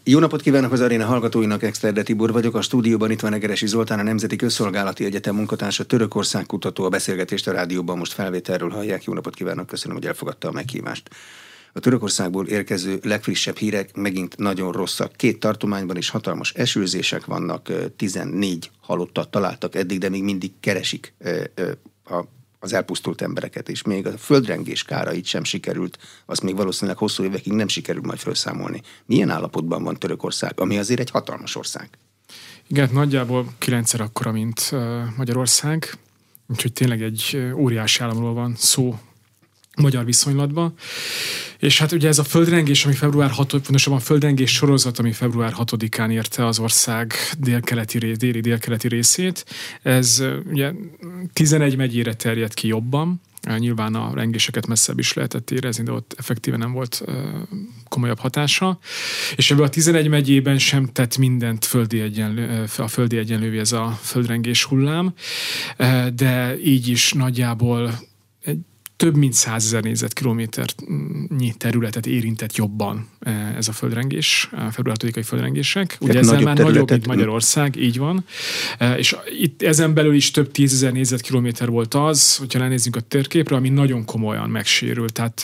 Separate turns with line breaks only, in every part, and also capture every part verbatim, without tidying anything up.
Jó napot kívánok az aréna hallgatóinak, Exterde Tibor vagyok. A stúdióban itt van Egeresi Zoltán, a Nemzeti Közszolgálati Egyetem munkatársa, Törökország kutató. A beszélgetést a rádióban most felvételről hallják. Jó napot kívánok, köszönöm, hogy elfogadta a meghívást. A Törökországból érkező legfrissebb hírek megint nagyon rosszak. Két tartományban is hatalmas esőzések vannak, tizennégy halottat találtak eddig, de még mindig keresik a az elpusztult embereket, és még a földrengés kárait sem sikerült, azt még valószínűleg hosszú évekig nem sikerül majd felszámolni. Milyen állapotban van Törökország, ami azért egy hatalmas ország?
Igen, nagyjából kilencszer akkora, mint uh, Magyarország, úgyhogy tényleg egy óriási államról van szó magyar viszonylatban. És hát ugye ez a földrengés, ami február hatodikán, pontosabban földrengés sorozat, ami február hatodikán érte az ország délkeleti, déli délkeleti részét, ez ugye tizenegy megyére terjedt ki jobban. Nyilván a rengéseket messzebb is lehetett érezni, de ott effektíven nem volt uh, komolyabb hatása. És ebből a tizenegy megyében sem tett mindent földi egyenlő, a földi egyenlővé ez a földrengés hullám, uh, de így is nagyjából egy több mint százezer négyzetkilométernyi területet érintett jobban ez a földrengés, a február hatodikai földrengések. Ugye ezzel már nagyobb, mint Magyarország, így van. És itt ezen belül is több tízezer négyzetkilométer volt az, hogyha lenézzünk a térképre, ami nagyon komolyan megsérült. Tehát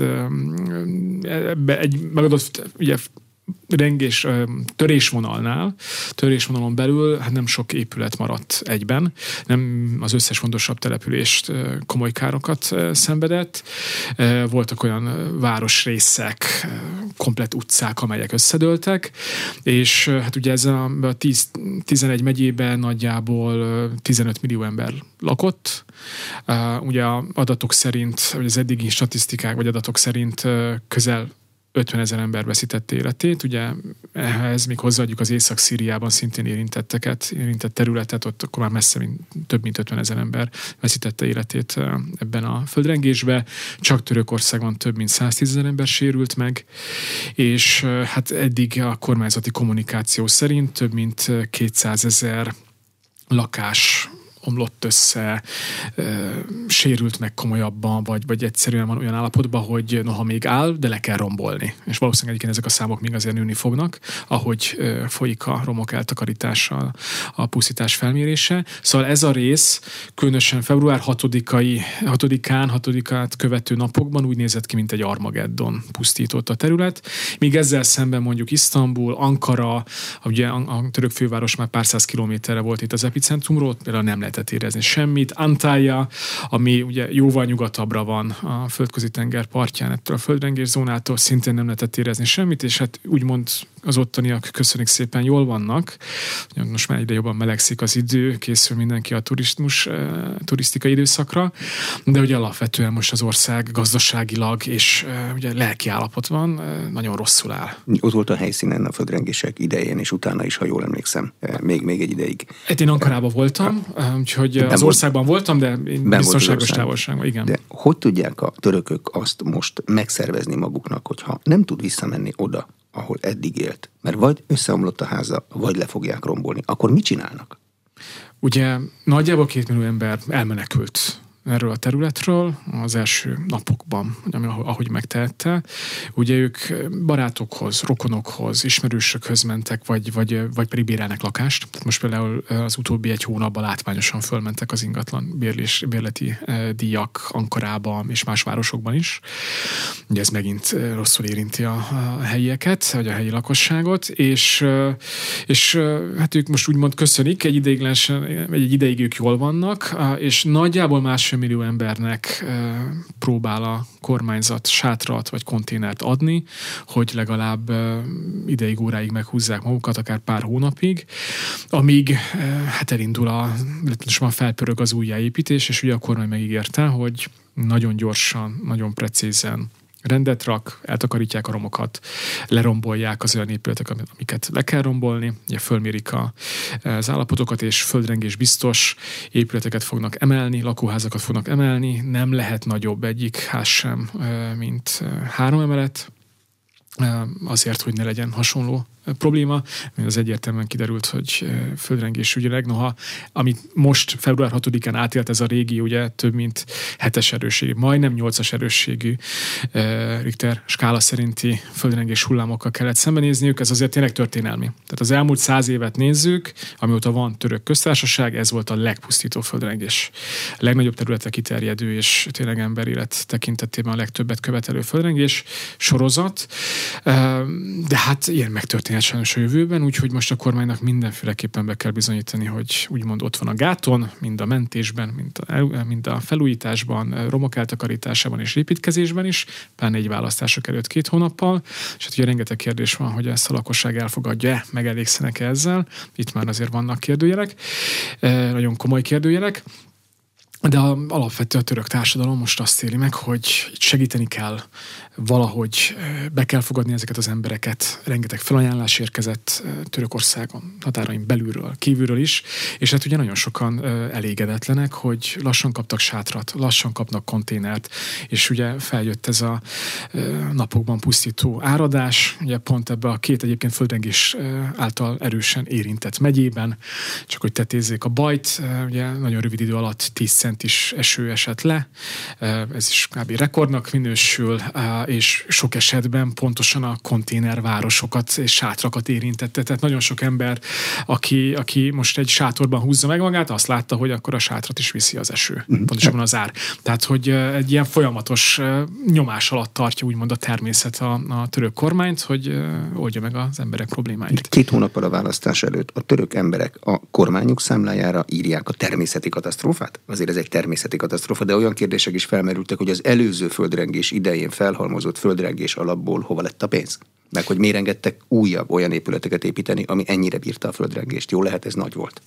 ebbe egy megadott, ugye, rengés, törésvonalnál, törésvonalon belül hát nem sok épület maradt egyben, nem az összes fontosabb települést komoly károkat szenvedett. Voltak olyan városrészek, komplett utcák, amelyek összedőltek, és hát ugye ez a tíz-tizenegy megyében nagyjából tizenöt millió ember lakott. Ugye az adatok szerint, vagy az eddigi statisztikák, vagy adatok szerint közel ötvenezer ember veszítette életét, ugye ehhez még hozzáadjuk az Észak-Szíriában szintén érintetteket, érintett területet, ott akkor már messze mint, több mint ötvenezer ember veszítette életét ebben a földrengésben. Csak Törökországban több mint száztízezer ember sérült meg, és hát eddig a kormányzati kommunikáció szerint több mint kétszázezer lakás omlott össze, sérült meg komolyabban, vagy, vagy egyszerűen van olyan állapotban, hogy noha még áll, de le kell rombolni. És valószínűleg egyébként ezek a számok még azért nőni fognak, ahogy folyik a romok eltakarítása, a pusztítás felmérése. Szóval ez a rész, különösen február hatodikai, hatodikán, hatodikát követő napokban úgy nézett ki, mint egy Armageddon pusztított a terület. Míg ezzel szemben mondjuk Isztambul, Ankara, ugye a, a török főváros már pár száz kilométerre volt itt az epicentrumról, például nem lehetett érezni semmit. Antalya, ami ugye jóval nyugatabbra van a földközi tenger partján ettől a földrengés zónától, szintén nem lehetett érezni semmit, és hát úgymond az ottaniak köszönik szépen jól vannak. Most már egyre jobban melegszik az idő, készül mindenki a turizmus, turisztikai időszakra, de ugye alapvetően most az ország gazdaságilag és ugye lelki állapotban nagyon rosszul áll.
Ott volt a helyszínen a földrengések idején, és utána is, ha jól emlékszem, még, még egy ideig.
Hát én Ankarában voltam, úgyhogy az országban voltam, de biztonságos távolságban, igen.
De hogy tudják a törökök azt most megszervezni maguknak, hogyha nem tud visszamenni oda, ahol eddig élt? Mert vagy összeomlott a háza, vagy le fogják rombolni. Akkor mit csinálnak?
Ugye nagyjából két millió ember elmenekült erről a területről az első napokban, ahogy megtehette. Ugye ők barátokhoz, rokonokhoz, ismerősökhöz mentek, vagy, vagy, vagy pedig bérelnek lakást. Most például az utóbbi egy hónapban látványosan fölmentek az ingatlan bérlés, bérleti díjak Ankarában és más városokban is. Ugye ez megint rosszul érinti a, a helyieket, vagy a helyi lakosságot, és, és hát ők most úgymond köszönik, egy ideig, egy ideig ők jól vannak, és nagyjából más millió embernek e, próbál a kormányzat sátrat vagy konténert adni, hogy legalább e, ideig, óráig meghúzzák magukat, akár pár hónapig, amíg e, hát elindul a, felpörög az újjáépítés, és ugye a kormány megígérte, hogy nagyon gyorsan, nagyon precízen rendet rak, eltakarítják a romokat, lerombolják az olyan épületek, amiket le kell rombolni, ugye fölmérik a, az állapotokat, és földrengés biztos épületeket fognak emelni, lakóházakat fognak emelni, nem lehet nagyobb egyik ház sem, mint három emelet, azért, hogy ne legyen hasonló probléma, az egyértelműen kiderült, hogy földrengés ügyileg, noha amit most február hatodikán átélt ez a régió, ugye több mint hetes erősségű, majdnem nyolcas erősségű Richter skála szerinti földrengés hullámokkal kellett szembenézniük, ez azért tényleg történelmi. Tehát az elmúlt száz évet nézzük, amióta van török köztársaság, ez volt a legpusztító földrengés. A legnagyobb területre kiterjedő és tényleg emberélet tekintetében a legtöbbet követelő földrengés sorozat, de hát ilyen megtörténhet sajnos a jövőben, úgyhogy most a kormánynak mindenféleképpen be kell bizonyítani, hogy úgymond ott van a gáton, mind a mentésben, mind a, mind a felújításban, romok eltakarításában és építkezésben is, pláne egy választások előtt két hónappal, és hát ugye rengeteg kérdés van, hogy ezt a lakosság elfogadja-e, megelégszenek-e ezzel, itt már azért vannak kérdőjelek, nagyon komoly kérdőjelek. De alapvetően a török társadalom most azt éli meg, hogy segíteni kell, valahogy be kell fogadni ezeket az embereket. Rengeteg felajánlás érkezett Törökországon, határain belülről, kívülről is, és hát ugye nagyon sokan elégedetlenek, hogy lassan kaptak sátrat, lassan kapnak konténert, és ugye feljött ez a napokban pusztító áradás, ugye pont ebbe a két egyébként földrengés által erősen érintett megyében, csak hogy tetézzék a bajt, ugye nagyon rövid idő alatt tíz centis eső esett le, ez is kb. Rekordnak minősül, és sok esetben pontosan a konténervárosokat és sátrakat érintette. Tehát nagyon sok ember, aki, aki most egy sátorban húzza meg magát, azt látta, hogy akkor a sátrat is viszi az eső. Pontosabban az ár. Tehát, hogy egy ilyen folyamatos nyomás alatt tartja úgymond a természet a, a török kormányt, hogy oldja meg az emberek problémáit.
Két hónappal a választás előtt a török emberek a kormányuk számlájára írják a természeti katasztrófát? Azért ez egy természeti katasztrófa, de olyan kérdések is felmerültek, hogy az előző földrengés idején felhalmozott földrengés alapból hova lett a pénz? Meg hogy miért engedtek újabb olyan épületeket építeni, ami ennyire bírta a földrengést? Jó lehet, ez nagy volt.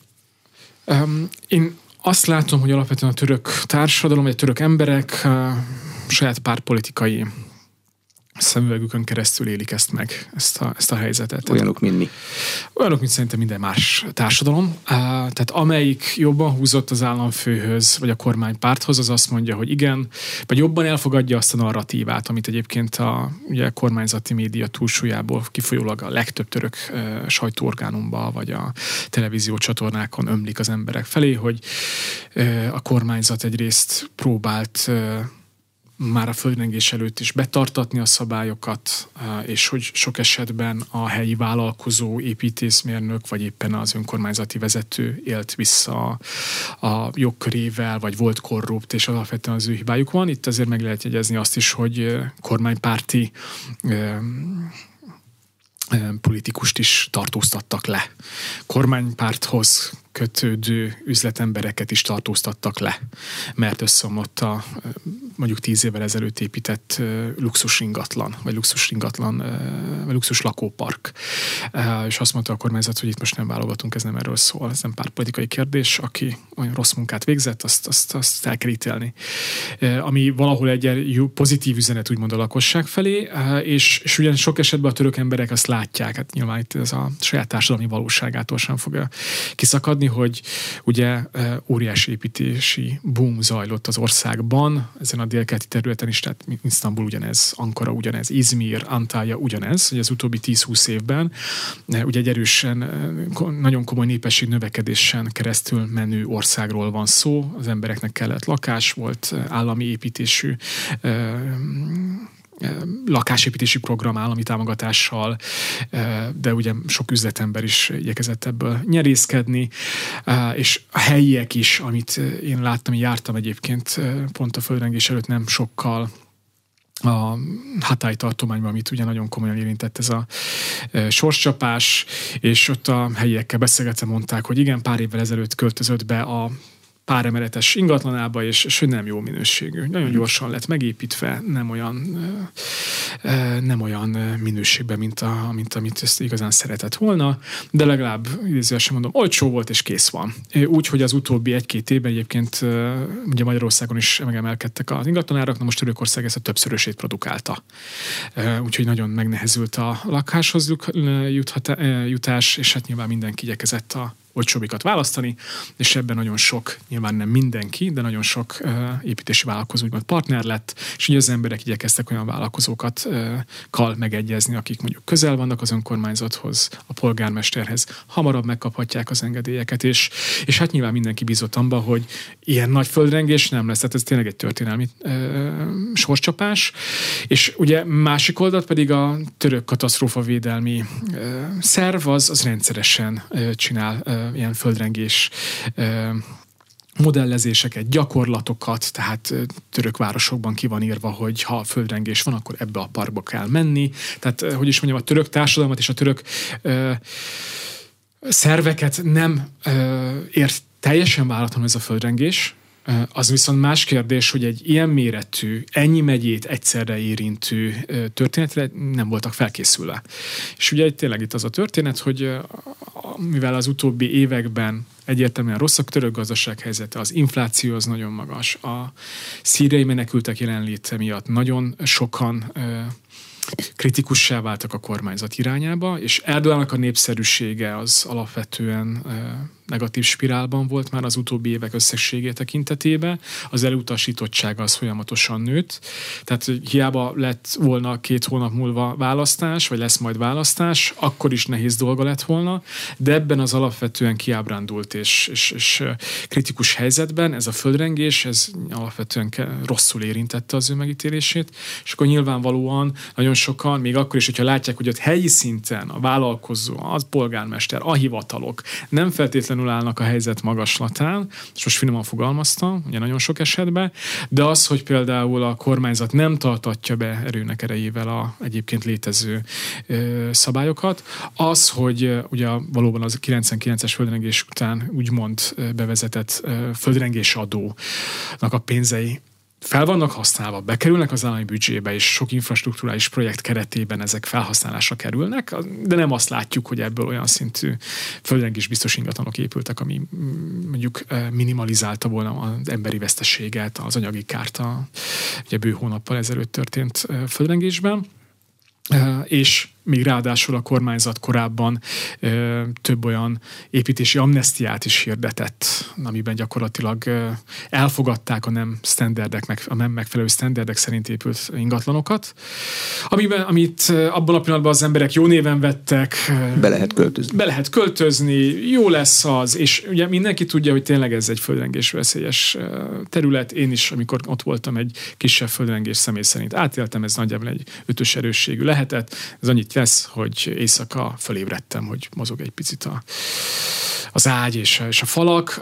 Um, én azt látom, hogy alapvetően a török társadalom, vagy a török emberek uh, saját pártpolitikai szemüvegükön keresztül élik ezt meg, ezt a, ezt a helyzetet.
Olyanok, mint mi?
Olyanok, mint szerintem minden más társadalom. Tehát amelyik jobban húzott az államfőhöz, vagy a kormánypárthoz, az azt mondja, hogy igen, vagy jobban elfogadja azt a narratívát, amit egyébként a ugye, kormányzati média túlsúlyából kifolyólag a legtöbb török uh, sajtóorgánumban, vagy a televízió csatornákon ömlik az emberek felé, hogy uh, a kormányzat egyrészt próbált uh, már a földrengés előtt is betartatni a szabályokat, és hogy sok esetben a helyi vállalkozó, építészmérnök, vagy éppen az önkormányzati vezető élt vissza a jogkörével, vagy volt korrupt, és alapvetően az ő hibájuk van. Itt azért meg lehet jegyezni azt is, hogy kormánypárti politikust is tartóztattak le. Kormánypárthoz kötődő üzletembereket is tartóztattak le, mert összeomlott a mondjuk tíz évvel ezelőtt épített luxus ingatlan, vagy luxus ingatlan, vagy luxus lakópark. És azt mondta a kormányzat, hogy itt most nem válogatunk, ez nem erről szól, ez nem pártpolitikai kérdés, aki olyan rossz munkát végzett, azt, azt, azt el kell ítélni. Ami valahol egy pozitív üzenet úgymond a lakosság felé, és, és ugyan sok esetben a török emberek azt látják, hát nyilván itt ez a saját társadalmi valóságától sem fog kiszakadni, hogy ugye óriási építési boom zajlott az országban, ezen a délkeleti területen is, tehát Isztambul ugyanez, Ankara ugyanez, Izmir, Antalya ugyanez, hogy az utóbbi tíz-húsz évben ugye egy erősen, nagyon komoly népesség növekedésen keresztül menő országról van szó, az embereknek kellett lakás, volt állami építésű lakásépítési program állami támogatással, de ugye sok üzletember is igyekezett ebből nyerészkedni, és a helyiek is, amit én láttam, jártam egyébként pont a földrengés előtt nem sokkal a Hatay tartományban, amit ugye nagyon komolyan érintett ez a sorscsapás, és ott a helyiekkel beszélgetve mondták, hogy igen, pár évvel ezelőtt költözött be a pár emeletes ingatlanába, és, és nem jó minőségű. Nagyon gyorsan lett megépítve, nem olyan, nem olyan minőségben, mint, a, mint amit ezt igazán szeretett volna, de legalább, idézőesen mondom, olcsó volt, és kész van. Úgy, hogy az utóbbi egy-két évben egyébként ugye Magyarországon is megemelkedtek az ingatlanárak, na most Törökország ezt a többszörösét produkálta. Úgyhogy nagyon megnehezült a lakáshoz jutás, és hát nyilván mindenki igyekezett a legolcsóbbikat választani, és ebben nagyon sok, nyilván nem mindenki, de nagyon sok uh, építési vállalkozó úgymond partner lett, és ugye az emberek igyekeztek olyan vállalkozókat uh, kal megegyezni, akik mondjuk közel vannak az önkormányzathoz, a polgármesterhez, hamarabb megkaphatják az engedélyeket, és, és hát nyilván mindenki bízott abban, hogy ilyen nagy földrengés nem lesz, tehát ez tényleg egy történelmi uh, sorscsapás, és ugye másik oldalt pedig a török katasztrófavédelmi uh, szerv az, az rendszeresen uh, csinál uh, ilyen földrengés uh, modellezéseket, gyakorlatokat, tehát uh, török városokban ki van írva, hogy ha földrengés van, akkor ebbe a parkba kell menni. Tehát, uh, hogy is mondjam, a török társadalmat és a török uh, szerveket nem uh, ért teljesen váratlanul ez a földrengés. Az viszont más kérdés, hogy egy ilyen méretű, ennyi megyét egyszerre érintő történetre nem voltak felkészülve. És ugye tényleg itt az a történet, hogy mivel az utóbbi években egyértelműen rossz a török gazdaság helyzete, az infláció az nagyon magas, a szíriai menekültek jelenléte miatt nagyon sokan kritikussá váltak a kormányzat irányába, és Erdoğannak a népszerűsége az alapvetően negatív spirálban volt már az utóbbi évek összességé tekintetében, az elutasítottsága az folyamatosan nőtt, tehát hiába lett volna két hónap múlva választás, vagy lesz majd választás, akkor is nehéz dolga lett volna, de ebben az alapvetően kiábrándult és, és, és kritikus helyzetben ez a földrengés, ez alapvetően rosszul érintette az ő megítélését, és akkor nyilvánvalóan nagyon sokan, még akkor is, hogyha látják, hogy ott helyi szinten a vállalkozó, az polgármester, a hivatalok nem feltétlenül állnak a helyzet magaslatán, és most finoman fogalmaztam, ugye nagyon sok esetben, de az, hogy például a kormányzat nem tartatja be erőnek erejével a egyébként létező ö, szabályokat, az, hogy ugye valóban az kilencvenkilences földrengés után úgymond bevezetett ö, földrengés adónak a pénzei fel vannak használva, bekerülnek az állami büdzsébe, és sok infrastruktúrális projekt keretében ezek felhasználásra kerülnek, de nem azt látjuk, hogy ebből olyan szintű földrengés biztos ingatlanok épültek, ami mondjuk minimalizálta volna az emberi veszteséget, az anyagi kárt a ugye bő hónappal ezelőtt történt földrengésben. És még ráadásul a kormányzat korábban ö, több olyan építési amnesztiát is hirdetett, amiben gyakorlatilag ö, elfogadták a nem standardek, meg, a nem megfelelő standardek szerint épült ingatlanokat, amiben, amit abban a pillanatban az emberek jó néven vettek.
Be lehet költözni.
Be lehet költözni, jó lesz az, és ugye mindenki tudja, hogy tényleg ez egy földrengés veszélyes terület. Én is, amikor ott voltam, egy kisebb földrengés személy szerint átéltem, ez nagyjából egy ötös erősségű lehetett. Ez annyit lesz, hogy éjszaka fölébredtem, hogy mozog egy picit a, az ágy és a, és a falak.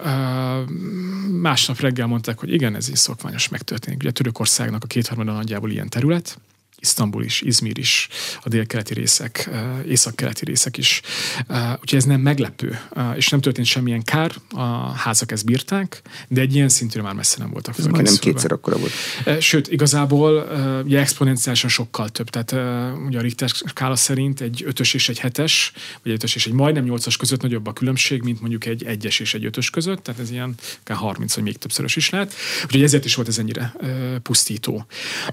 Másnap reggel mondták, hogy igen, ez is szokványos megtörténik. Ugye Törökországnak a kétharmada nagyjából ilyen terület, Isztambul is, Izmir is, a délkeleti részek, északkeleti részek is. Úgyhogy ez nem meglepő, és nem történt semmilyen kár, a házak ezt bírták, de egy ilyen szintűre már messze nem voltak
felkészülve. Ez majdnem kétszer akkora volt.
Sőt, igazából ugye exponenciálisan sokkal több. Tehát ugye a Richter skála szerint egy ötös és egy hetes, vagy egy ötös és egy majdnem nyolcas között nagyobb a különbség, mint mondjuk egy egyes és egy ötös között, tehát ez ilyen harminc vagy még többszörös is lehet. Úgyhogy ezért is volt ez ennyire pusztító.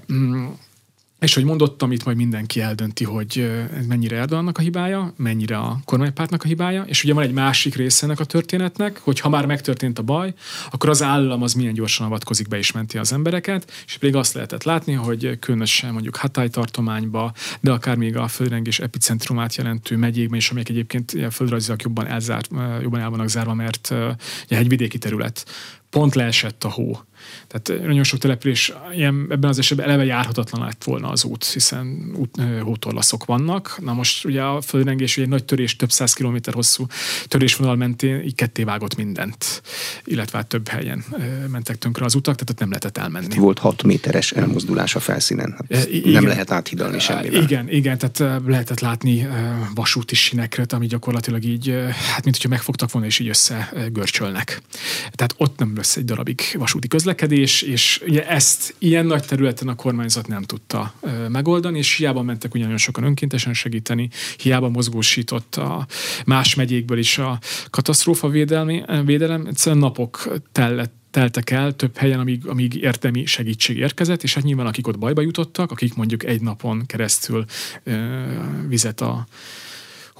És hogy mondottam, itt majd mindenki eldönti, hogy ez mennyire Erdoğannak a hibája, mennyire a kormánypártnak a hibája, és ugye van egy másik része ennek a történetnek, hogy ha már megtörtént a baj, akkor az állam az milyen gyorsan avatkozik be és menti az embereket, és pedig azt lehetett látni, hogy különösen mondjuk Hatay tartományba, de akár még a földrengés epicentrumát jelentő megyékben is, amelyek egyébként földrajzilag jobban, elzárt, jobban el vannak zárva, mert ugye hegyvidéki terület, pont leesett a hó. Tehát nagyon sok település ilyen, ebben az esetben eleve járhatatlan lett volna az út, hiszen út, hótorlaszok vannak. Na most ugye a földrengés egy nagy törés, több száz kilométer hosszú törésvonal mentén így ketté vágott mindent, illetve hát több helyen mentek tönkre az utak, tehát ott nem lehetett elmenni.
Volt hat méteres elmozdulás a felszínen. Hát igen, nem lehet áthidalni semmivel.
Igen, igen, tehát lehetett látni vasúti sinekret, ami gyakorlatilag így, hát mint hogyha megfogtak volna és így összegörcsölnek. Tehát ott nem lesz egy darabig vasúti közlekedés, és ugye ezt ilyen nagy területen a kormányzat nem tudta ö, megoldani, és hiába mentek ugye nagyon sokan önkéntesen segíteni, hiába mozgósított a más megyékből is a katasztrófa védelmi, védelem, egyszerűen napok tellett teltek el több helyen, amíg, amíg érdemi segítség érkezett, és hát nyilván akik ott bajba jutottak, akik mondjuk egy napon keresztül ö, vizet a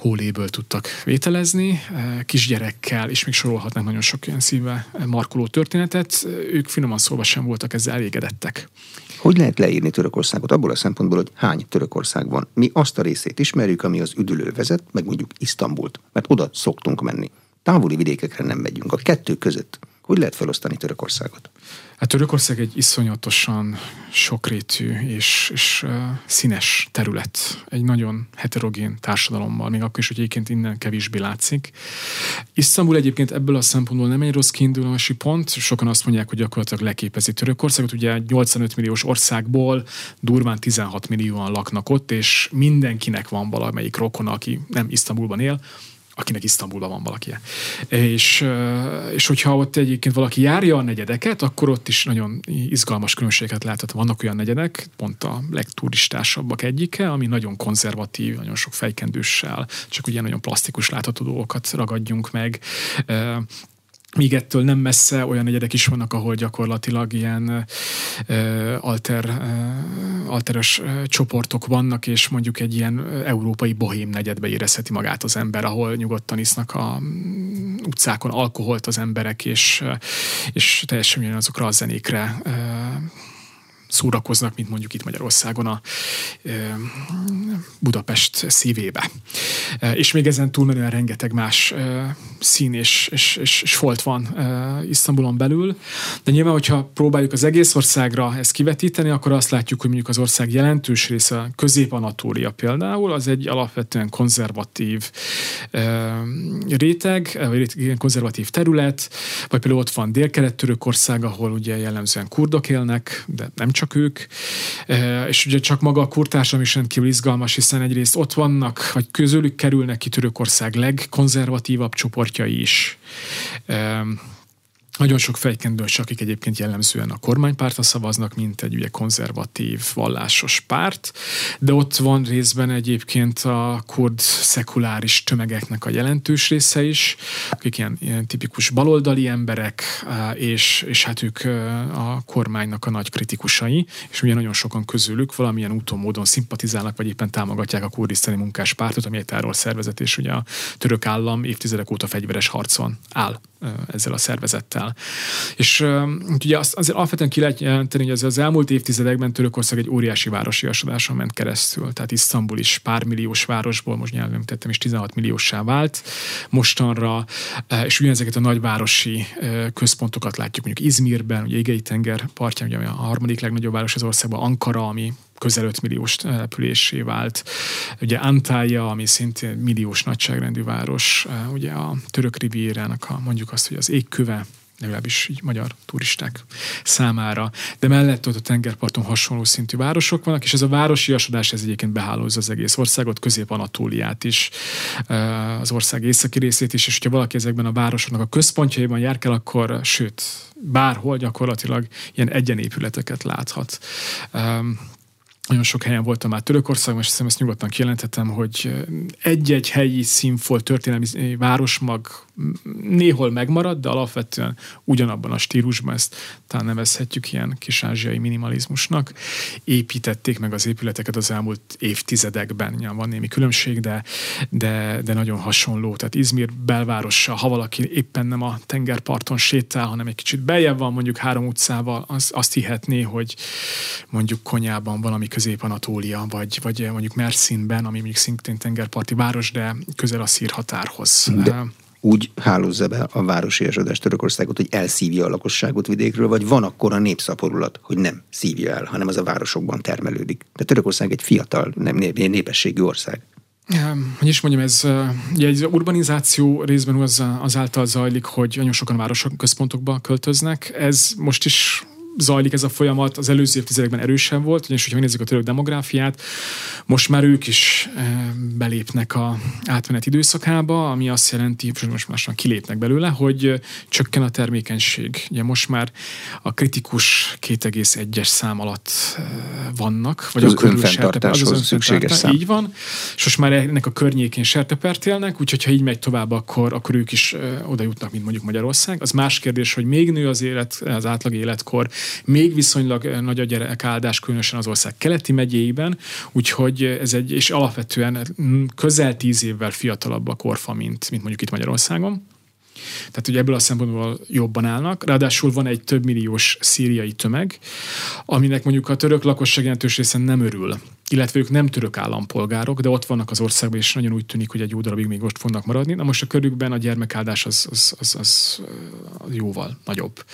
hóléből tudtak vételezni, kisgyerekkel, és még sorolhatnánk nagyon sok ilyen szívbe markoló történetet, ők finoman szólva sem voltak ezzel elégedettek.
Hogy lehet leírni Törökországot abból a szempontból, hogy hány Törökország van? Mi azt a részét ismerjük, ami az üdülő vezet, meg mondjuk Isztambult, mert oda szoktunk menni. Távoli vidékekre nem megyünk. A kettő között hogy lehet felosztani Törökországot?
Hát Törökország egy iszonyatosan sokrétű és, és uh, színes terület. Egy nagyon heterogén társadalommal, még akkor is, hogy egyébként innen kevésbé látszik. Isztambul egyébként ebből a szempontból nem egy rossz kiindulási pont. Sokan azt mondják, hogy gyakorlatilag leképezi Törökországot. Ugye nyolcvanöt milliós országból durván tizenhat millióan laknak ott, és mindenkinek van valamelyik rokona, aki nem Isztambulban él, akinek Isztambulban van valaki. És, és hogyha ott egyébként valaki járja a negyedeket, akkor ott is nagyon izgalmas különbségeket lehet. Vannak olyan negyedek, pont a legturistásabbak egyike, ami nagyon konzervatív, nagyon sok fejkendőssel, csak ugye nagyon plastikus látható dolgokat ragadjunk meg. Míg ettől nem messze olyan negyedek is vannak, ahol gyakorlatilag ilyen uh, alter, uh, alteres uh, csoportok vannak, és mondjuk egy ilyen európai bohém negyedbe érezheti magát az ember, ahol nyugodtan isznak a um, utcákon alkoholt az emberek, és, uh, és teljesen azokra a zenékre uh, szórakoznak, mint mondjuk itt Magyarországon a e, Budapest szívébe. E, és még ezen túlmenően rengeteg más e, szín és, és, és, és folt van e, Isztambulon belül. De nyilván, hogyha próbáljuk az egész országra ezt kivetíteni, akkor azt látjuk, hogy mondjuk az ország jelentős része, Közép-Anatólia például, az egy alapvetően konzervatív e, réteg, vagy konzervatív terület, vagy például ott van Dél-Kelet-Törökország, ahol ugye jellemzően kurdok élnek, de nem csak csak ők, és ugye csak maga a kurd társadalom is rendkívül izgalmas, hiszen egyrészt ott vannak, vagy közülük kerülnek ki Törökország legkonzervatívabb csoportjai is. Nagyon sok fejkendős, akik egyébként jellemzően a kormánypártra szavaznak, mint egy ugye konzervatív, vallásos párt, de ott van részben egyébként a kurd szekuláris tömegeknek a jelentős része is, akik ilyen, ilyen tipikus baloldali emberek, és, és hát ők a kormánynak a nagy kritikusai, és ugye nagyon sokan közülük valamilyen úton, módon szimpatizálnak, vagy éppen támogatják a kurdisztáni munkáspártot, ami egy terrorszervezet, és ugye a török állam évtizedek óta fegyveres harcon áll ezzel a szervezettel. És uh, ugye azt azért alapvetően ki lehet jelenteni, hogy az, az elmúlt évtizedekben Törökország egy óriási városiasodáson ment keresztül. Tehát Isztambul is pár milliós városból, most nyilván tettem is tizenhat millióssá vált mostanra, uh, és ugyanezeket a nagyvárosi uh, központokat látjuk mondjuk Izmirben, ugye Égei tenger partján, ugye a harmadik legnagyobb város az országban, Ankara, ami közel öt milliós településé vált. Ugye Antalya, ami szintén milliós nagyságrendű város, ugye a török rivierának a, mondjuk azt, hogy az égköve, legalábbis így magyar turisták számára. De mellett ott a tengerparton hasonló szintű városok vannak, és ez a városiasodás ez egyébként behálózza az egész országot, Közép-Anatóliát is, az ország északi részét is, és hogyha valaki ezekben a városoknak a központjaiban jár el, akkor sőt, bárhol gyakorlatilag ilyen egyenépületeket láthat. Nagyon sok helyen voltam már Törökországban, és hiszem ezt nyugodtan kijelenthetem, hogy egy-egy helyi színfolt történelmi városmag néhol megmarad, de alapvetően ugyanabban a stílusban, ezt talán nevezhetjük ilyen kis-ázsiai minimalizmusnak, építették meg az épületeket az elmúlt évtizedekben. Ja, van némi különbség, de, de, de nagyon hasonló. Tehát Izmir belvárosa, ha valaki éppen nem a tengerparton sétál, hanem egy kicsit beljebb van, mondjuk három utcával, az, azt hihetné, hogy mondjuk Konyában valami Közép-Anatólia, vagy, vagy mondjuk Mersinben, ami mondjuk szintén tengerparti város, de közel a szír határhoz.
De úgy hálózza be a városiasodás Törökországot, hogy elszívja a lakosságot vidékről, vagy van akkora népszaporulat, hogy nem szívja el, hanem az a városokban termelődik. De Törökország egy fiatal, nem népességű ország.
Hogy is mondjam, ez ugye egy urbanizáció részben az, azáltal zajlik, hogy nagyon sokan városok központokba költöznek. Ez most is zajlik ez a folyamat, az előző évtizedekben erősen volt, ugyanis, hogyha megnézzük a török demográfiát, most már ők is belépnek a átmenet időszakába, ami azt jelenti, hogy most már kilépnek belőle, hogy csökken a termékenység. Ugye most már a kritikus két egész egyes szám alatt vannak, vagy
az
a körül
önfenntartáshoz az szükséges szám.
Így van, és most már ennek a környékén sertepert élnek, úgyhogy ha így megy tovább, akkor, akkor ők is oda jutnak, mint mondjuk Magyarország. Az más kérdés, hogy még nő az élet, az átlag életkor, még viszonylag nagy a gyerekáldás, különösen az ország keleti megyéiben, úgyhogy ez egy, és alapvetően közel tíz évvel fiatalabb a korfa, mint, mint mondjuk itt Magyarországon. Tehát ugye ebből a szempontból jobban állnak. Ráadásul van egy több milliós szíriai tömeg, aminek mondjuk a török lakosság jelentős része nem örül, illetve ők nem török állampolgárok, de ott vannak az országban, és nagyon úgy tűnik, hogy egy jó darabig még most fognak maradni. Na most a körükben a gyermekáldás az, az, az, az jóval nagyobb.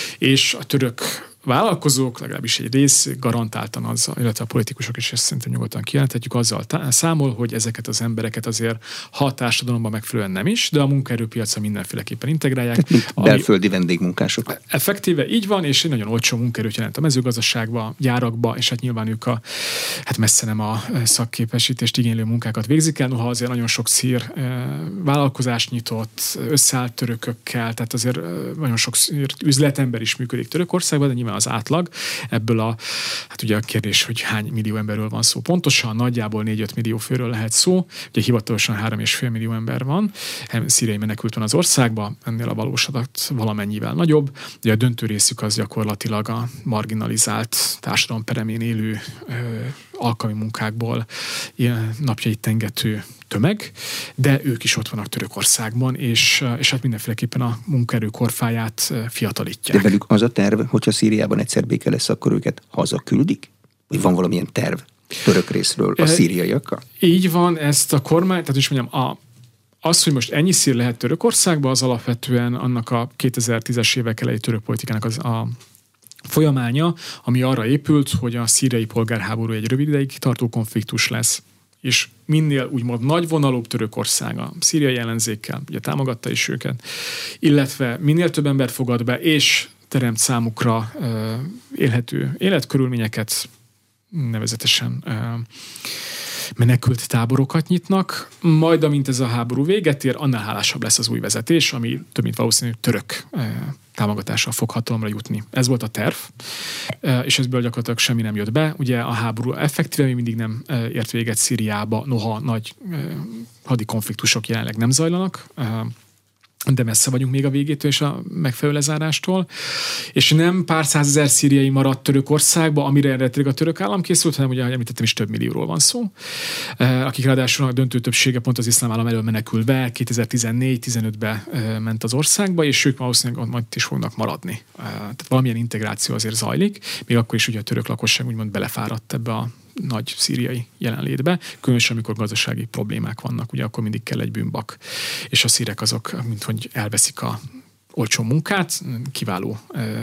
És a török vállalkozók, legalábbis egy rész garantáltan azzal, illetve a politikusok is ezt szerintem nyugodtan kijelenthetjük, azzal tá- számol, hogy ezeket az embereket azért ha a társadalomban megfelelően nem is, de a munkaerőpiacra mindenféleképpen integrálják.
Ami belföldi vendégmunkások.
Effektíve így van, és egy nagyon olcsó munkaerőt jelent a mezőgazdaságba, gyárakba, és hát nyilván ők a, hát messze nem a szakképesítést igénylő munkákat végzik el, noha azért nagyon sok szír vállalkozást nyitott, összeállt törökökkel, tehát azért nagyon sok szír üzletember is működik Törökországban, de nyilván az átlag. Ebből a, hát ugye a kérdés, hogy hány millió emberről van szó. Pontosan nagyjából négy-öt millió főről lehet szó. Ugye hivatalosan három és fél millió ember van. Szíriai menekült van az országban, ennél a valós adat valamennyivel nagyobb. Ugye a döntő részük az gyakorlatilag a marginalizált társadalom peremén élő ö, alkalmi munkákból ilyen napjait tengető tömeg, de ők is ott vannak Törökországban, és, és hát mindenféleképpen a munkaerő korfáját fiatalítják.
De velük az a terv, hogyha Szíriában egyszer béke lesz, akkor őket hazaküldik? Vagy van valamilyen terv török részről a szíriaiakkal?
Így van, ezt a kormány, tehát is mondjam, a, az, hogy most ennyi szír lehet Törökországban, az alapvetően annak a kétezer-tízes évek elejé török politikának az a folyamánya, ami arra épült, hogy a szíriai polgárháború egy rövid ideig tartó konfliktus lesz, és minél úgymond nagyvonalúbb Törökország a szíriai ellenzékkel, ugye támogatta is őket, illetve minél több embert fogad be, és teremt számukra uh, élhető életkörülményeket, nevezetesen uh, menekült táborokat nyitnak, majd amint ez a háború véget ér, annál hálásabb lesz az új vezetés, ami több mint valószínű török uh, támogatással fog hatalomra jutni. Ez volt a terv, és ezből gyakorlatilag semmi nem jött be. Ugye a háború effektíve még mindig nem ért véget Szíriába, noha nagy hadi konfliktusok jelenleg nem zajlanak, de messze vagyunk még a végétől és a megfelelő lezárástól. És nem pár százezer szíriai maradt Törökországba, amire eredetileg a török állam készült, hanem ugye, ahogy említettem is, több millióról van szó, akik ráadásul a döntő többsége pont az iszlám állam elől menekül be, kétezer-tizennégy-tizenötbe ment az országba, és ők valószínűleg majd is fognak maradni. Tehát valamilyen integráció azért zajlik, még akkor is ugye a török lakosság úgymond belefáradt ebbe a nagy szíriai jelenlétbe, különösen amikor gazdasági problémák vannak, ugye akkor mindig kell egy bűnbak, és a szírek azok, mint hogy elveszik a olcsó munkát, kiváló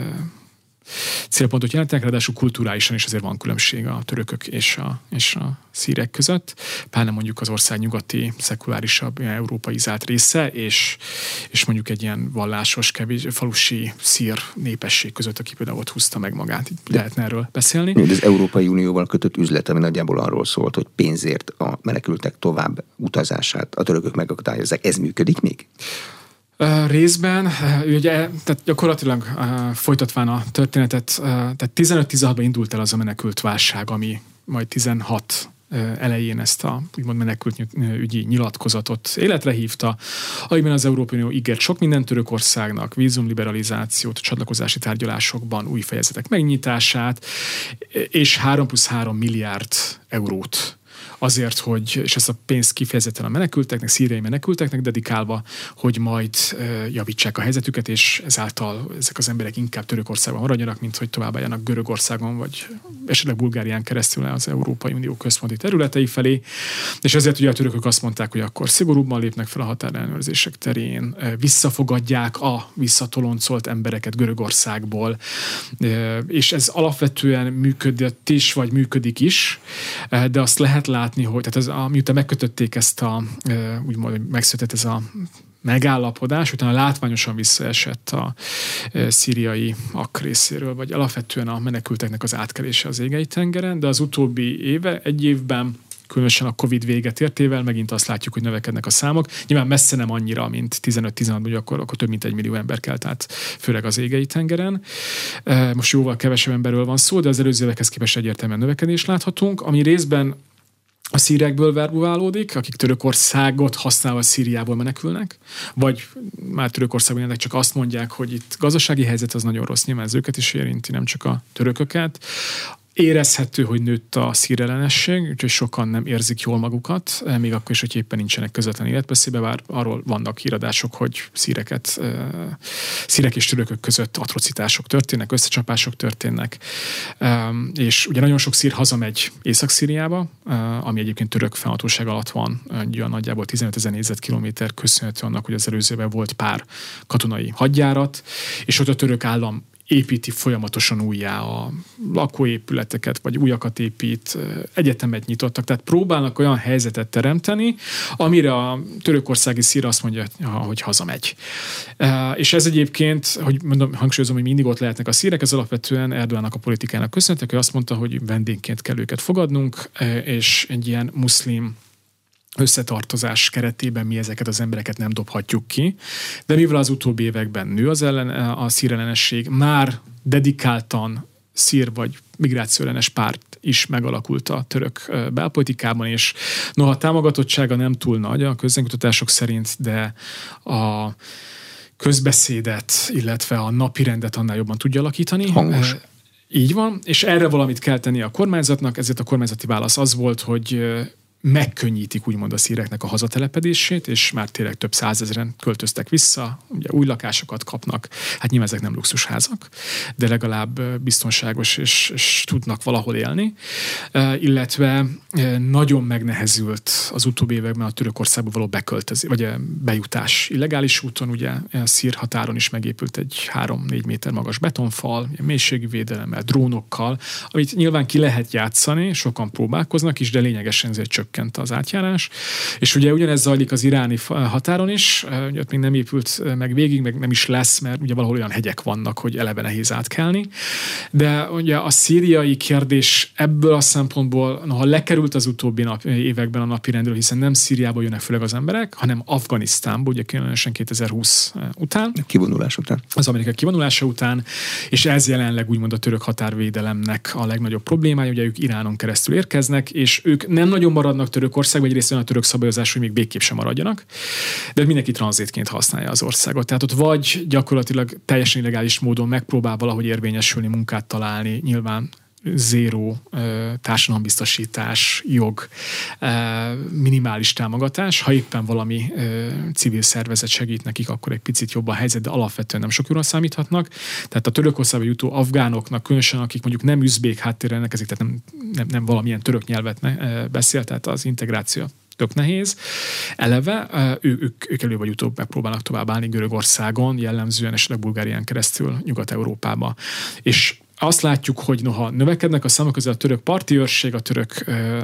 célpontot jelentenek, ráadásul kulturálisan is azért van különbség a törökök és a, és a szírek között, pláne mondjuk az ország nyugati, szekulárisabb, európaizált része, és, és mondjuk egy ilyen vallásos, kevés, falusi szír népesség között, aki például ott húzta meg magát. Így lehetne erről beszélni.
De az Európai Unióval kötött üzlet, ami nagyjából arról szólt, hogy pénzért a menekültek tovább utazását a törökök megakadályozzák. Ez működik még?
Részben, ugye, tehát gyakorlatilag uh, folytatván a történetet, uh, tehát tizenöt-tizenhatban indult el az a menekült válság, ami majd tizenhat uh, elején ezt a úgymond menekült ügyi nyilatkozatot életre hívta, amiben az Európai Unió ígért sok minden Törökországnak, vízumliberalizációt, csatlakozási tárgyalásokban új fejezetek megnyitását, és három plusz három milliárd eurót azért, hogy, és ezt a pénzt kifejezetten a menekülteknek, szíriai menekülteknek dedikálva, hogy majd e, javítsák a helyzetüket, és ezáltal ezek az emberek inkább Törökországban maradjanak, mint hogy továbbálljanak Görögországon, vagy esetleg Bulgárián keresztül az Európai Unió központi területei felé. És ezért ugye a törökök azt mondták, hogy akkor szigorúbban lépnek fel a határellenőrzések terén, e, visszafogadják a visszatoloncolt embereket Görögországból, e, és ez alapvetően működött is, vagy működik is, e, de azt lehet látni, hogy tehát ez, miután megkötötték ezt a, úgymond megszületett ez a megállapodás, utána látványosan visszaesett a szíriai ak részéről, vagy alapvetően a menekülteknek az átkelése az égei tengeren, de az utóbbi éve, egy évben, különösen a Covid véget értével megint azt látjuk, hogy növekednek a számok. Nyilván messze nem annyira, mint tizenöt-tizenhatban, hogy akkor, akkor több mint egy millió ember kelt át, főleg az égei tengeren. Most jóval kevesebb emberről van szó, de az előző évekhez képest egyértelműen növekedést láthatunk, ami részben a szírekből verbuválódik, akik Törökországot használva Szíriából menekülnek, vagy már Törökországban élnek, csak azt mondják, hogy itt gazdasági helyzet az nagyon rossz, nyilván ez őket is érinti, nem csak a törököket. Érezhető, hogy nőtt a szírellenesség, úgyhogy sokan nem érzik jól magukat, még akkor is, hogy éppen nincsenek közvetlen életveszélybe, bár arról vannak híradások, hogy szíreket, szírek és törökök között atrocitások történnek, összecsapások történnek, és ugye nagyon sok szír hazamegy Észak-Szíriába, ami egyébként török fennhatóság alatt van, ugye nagyjából tizenötezer négyzetkilométer, köszönhető annak, hogy az előzőben volt pár katonai hadjárat, és ott a török állam építi folyamatosan újjá a lakóépületeket, vagy újakat épít, egyetemet nyitottak, tehát próbálnak olyan helyzetet teremteni, amire a törökországi szír azt mondja, hogy hazamegy. És ez egyébként, hogy mondom, hangsúlyozom, hogy mindig ott lehetnek a szírek, ez alapvetően Erdoğannak a politikának köszönhető, hogy azt mondta, hogy vendégként kell őket fogadnunk, és egy ilyen muszlim összetartozás keretében mi ezeket az embereket nem dobhatjuk ki, de mivel az utóbbi években nő az ellen, a szírellenesség, már dedikáltan szír vagy migrációellenes párt is megalakult a török belpolitikában, és noha a támogatottsága nem túl nagy a közvéleménykutatások szerint, de a közbeszédet, illetve a napirendet annál jobban tudja alakítani.
Hangos.
Így van, és erre valamit kell tenni a kormányzatnak, ezért a kormányzati válasz az volt, hogy megkönnyítik úgymond a szíreknek a hazatelepedését, és már tényleg több százezren költöztek vissza, ugye új lakásokat kapnak, hát nyilván ezek nem luxusházak, de legalább biztonságos és, és tudnak valahol élni, uh, illetve uh, nagyon megnehezült az utóbbi években a Törökországba való beköltözés, vagy uh, bejutás illegális úton, ugye a szír határon is megépült egy három-négy méter magas betonfal, mélységi védelemmel, drónokkal, amit nyilván ki lehet játszani, sokan próbálkoznak is, de lényegesen ezért csökkent az átjárás. És ugye ugyanez zajlik az iráni határon is, ugye ott még nem épült meg végig, meg nem is lesz, mert ugye valahol olyan hegyek vannak, hogy eleve nehéz átkelni. De ugye a szíriai kérdés ebből a szempontból, noha lekerült az utóbbi nap, években a napirendről, hiszen nem Szíriából jönnek főleg az emberek, hanem Afganisztánból, ugye különösen kétezer-húsz után.
Kivonulás után.
Az amerikai kivonulása után, és ez jelenleg úgymond a török határvédelemnek a legnagyobb problémája, ugye ők Iránon keresztül érkeznek, és ők nem nagyon maradnak Törökországban, egyrészt olyan a török szabályozás, hogy még végképp sem maradjanak, de mindenki tranzitként használja az országot. Tehát ott vagy gyakorlatilag teljesen illegális módon megpróbál valahogy érvényesülni, munkát találni, nyilván zéró társadalombiztosítás, jog, minimális támogatás. Ha éppen valami civil szervezet segít nekik, akkor egy picit jobb a helyzet, de alapvetően nem sok jóra számíthatnak. Tehát a Törökországba jutó afgánoknak, különösen akik mondjuk nem üzbék háttérrel rendelkezik, tehát nem, nem, nem valamilyen török nyelvet beszél, tehát az integráció tök nehéz. Eleve ő, ők, ők elő vagy utóbb megpróbálnak tovább állni Görögországon, jellemzően esetleg Bulgárián keresztül Nyugat-Európába. És azt látjuk, hogy noha növekednek a számok között a török parti őrség, a török ö, ö,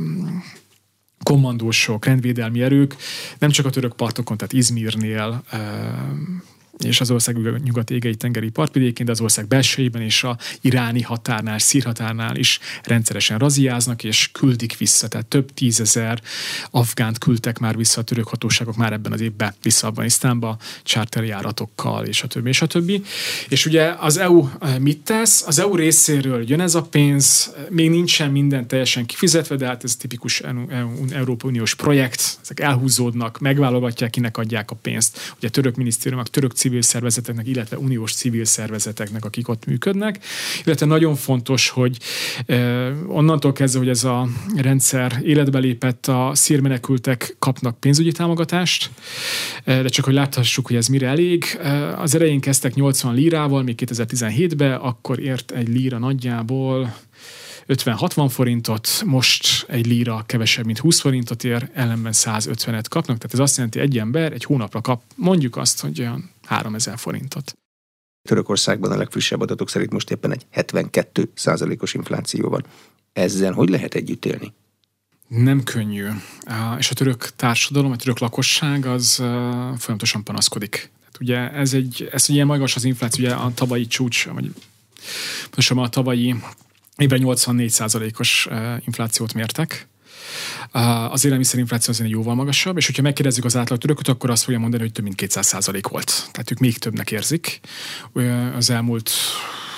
kommandósok, rendvédelmi erők, nem csak a török partokon, tehát Izmirnél, ö, és az ország nyugat égei tengeri partvidékén, de az ország belsejében és a iráni határnál, szír határnál is rendszeresen raziáznak, és küldik vissza. Tehát több tízezer afgánt küldtek már vissza a török hatóságok már ebben az évben vissza Afganisztánba, charterjáratokkal, és a többi, és a többi. És ugye az é u mit tesz? Az é u részéről jön ez a pénz, még nincsen minden teljesen kifizetve, de hát ez tipikus Európai Uniós projekt, ezek elhúzódnak, megválogatják, kinek adják a pénzt. Ugye török minisztériumok, török civil szervezeteknek, illetve uniós civil szervezeteknek, akik ott működnek. Illetve nagyon fontos, hogy eh, onnantól kezdve, hogy ez a rendszer életbe lépett, a szír menekültek kapnak pénzügyi támogatást, eh, de csak hogy láthassuk, hogy ez mire elég. Eh, az elején kezdtek nyolcvan lírával, még kétezer-tizenhétben, akkor ért egy líra nagyjából ötven-hatvan forintot, most egy líra kevesebb, mint húsz forintot ér, ellenben százötvenet kapnak, tehát ez azt jelenti, egy ember egy hónapra kap, mondjuk azt, hogy olyan háromezer forintot.
Törökországban a legfrissebb adatok szerint most éppen egy hetvenkét százalékos infláció van. Ezzel hogy lehet együtt élni?
Nem könnyű. És a török társadalom, a török lakosság az folyamatosan panaszkodik. Tehát ugye ez egy, ez egy ilyen magas az infláció, ugye a tavalyi csúcs, vagy pontosan a tavalyi évben nyolcvannégy százalékos inflációt mértek. Az élelmiszerinfláció azért jóval magasabb, és hogyha megkérdezzük az átlag törököt, akkor azt fogja mondani, hogy több mint kétszáz százalék volt. Tehát ők még többnek érzik. Az elmúlt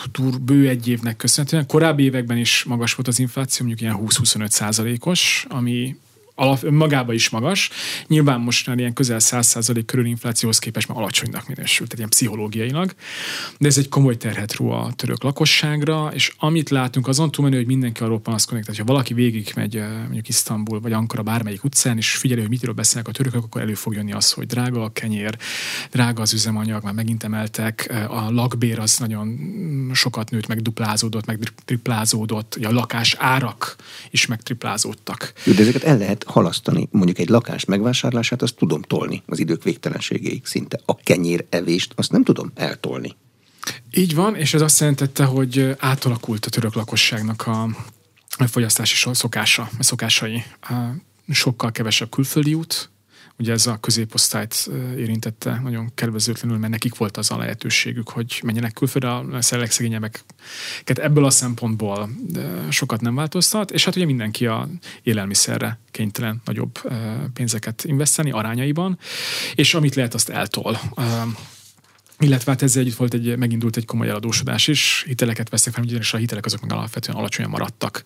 dur, bő egy évnek köszönhetően. Korábbi években is magas volt az infláció, mondjuk ilyen húsz-huszonöt százalékos, ami alap, önmagában is magas. Nyilván most már ilyen közel száz százalék körül inflációhoz képest már alacsonynak minősült, tehát ilyen pszichológiailag. De ez egy komoly terhet ró a török lakosságra, és amit látunk, azon túlmenő, hogy mindenki arról panaszkodik, tehát ha valaki végig megy mondjuk Isztambul vagy Ankara bármelyik utcán, és figyeli, hogy mitől beszélnek a törökök, akkor elő fog jönni az, hogy drága a kenyér, drága az üzemanyag, már megint emeltek, a lakbér az nagyon sokat nőtt, meg duplázódott, meg triplázódott, a lakás árak is megtriplázódtak.
Jó, de ezeket el lehet halasztani. Mondjuk egy lakás megvásárlását, azt tudom tolni az idők végtelenségéig szinte. A kenyér evést, azt nem tudom eltolni.
Így van, és ez azt jelentette, hogy átalakult a török lakosságnak a fogyasztási szokása, a szokásai. Sokkal kevesebb külföldi út, ugye ez a középosztályt érintette nagyon kedvezőtlenül, mert nekik volt az a lehetőségük, hogy menjenek külföldre, a legszegényebbeket ebből a szempontból sokat nem változtat, és hát ugye mindenki a élelmiszerre kénytelen nagyobb pénzeket investálni arányaiban, és amit lehet, azt eltol. Illetve hát ezzel együtt volt egy, megindult egy komoly eladósodás is, hiteleket vesztek fel, ugyanis a hitelek azok meg alapvetően alacsonyan maradtak.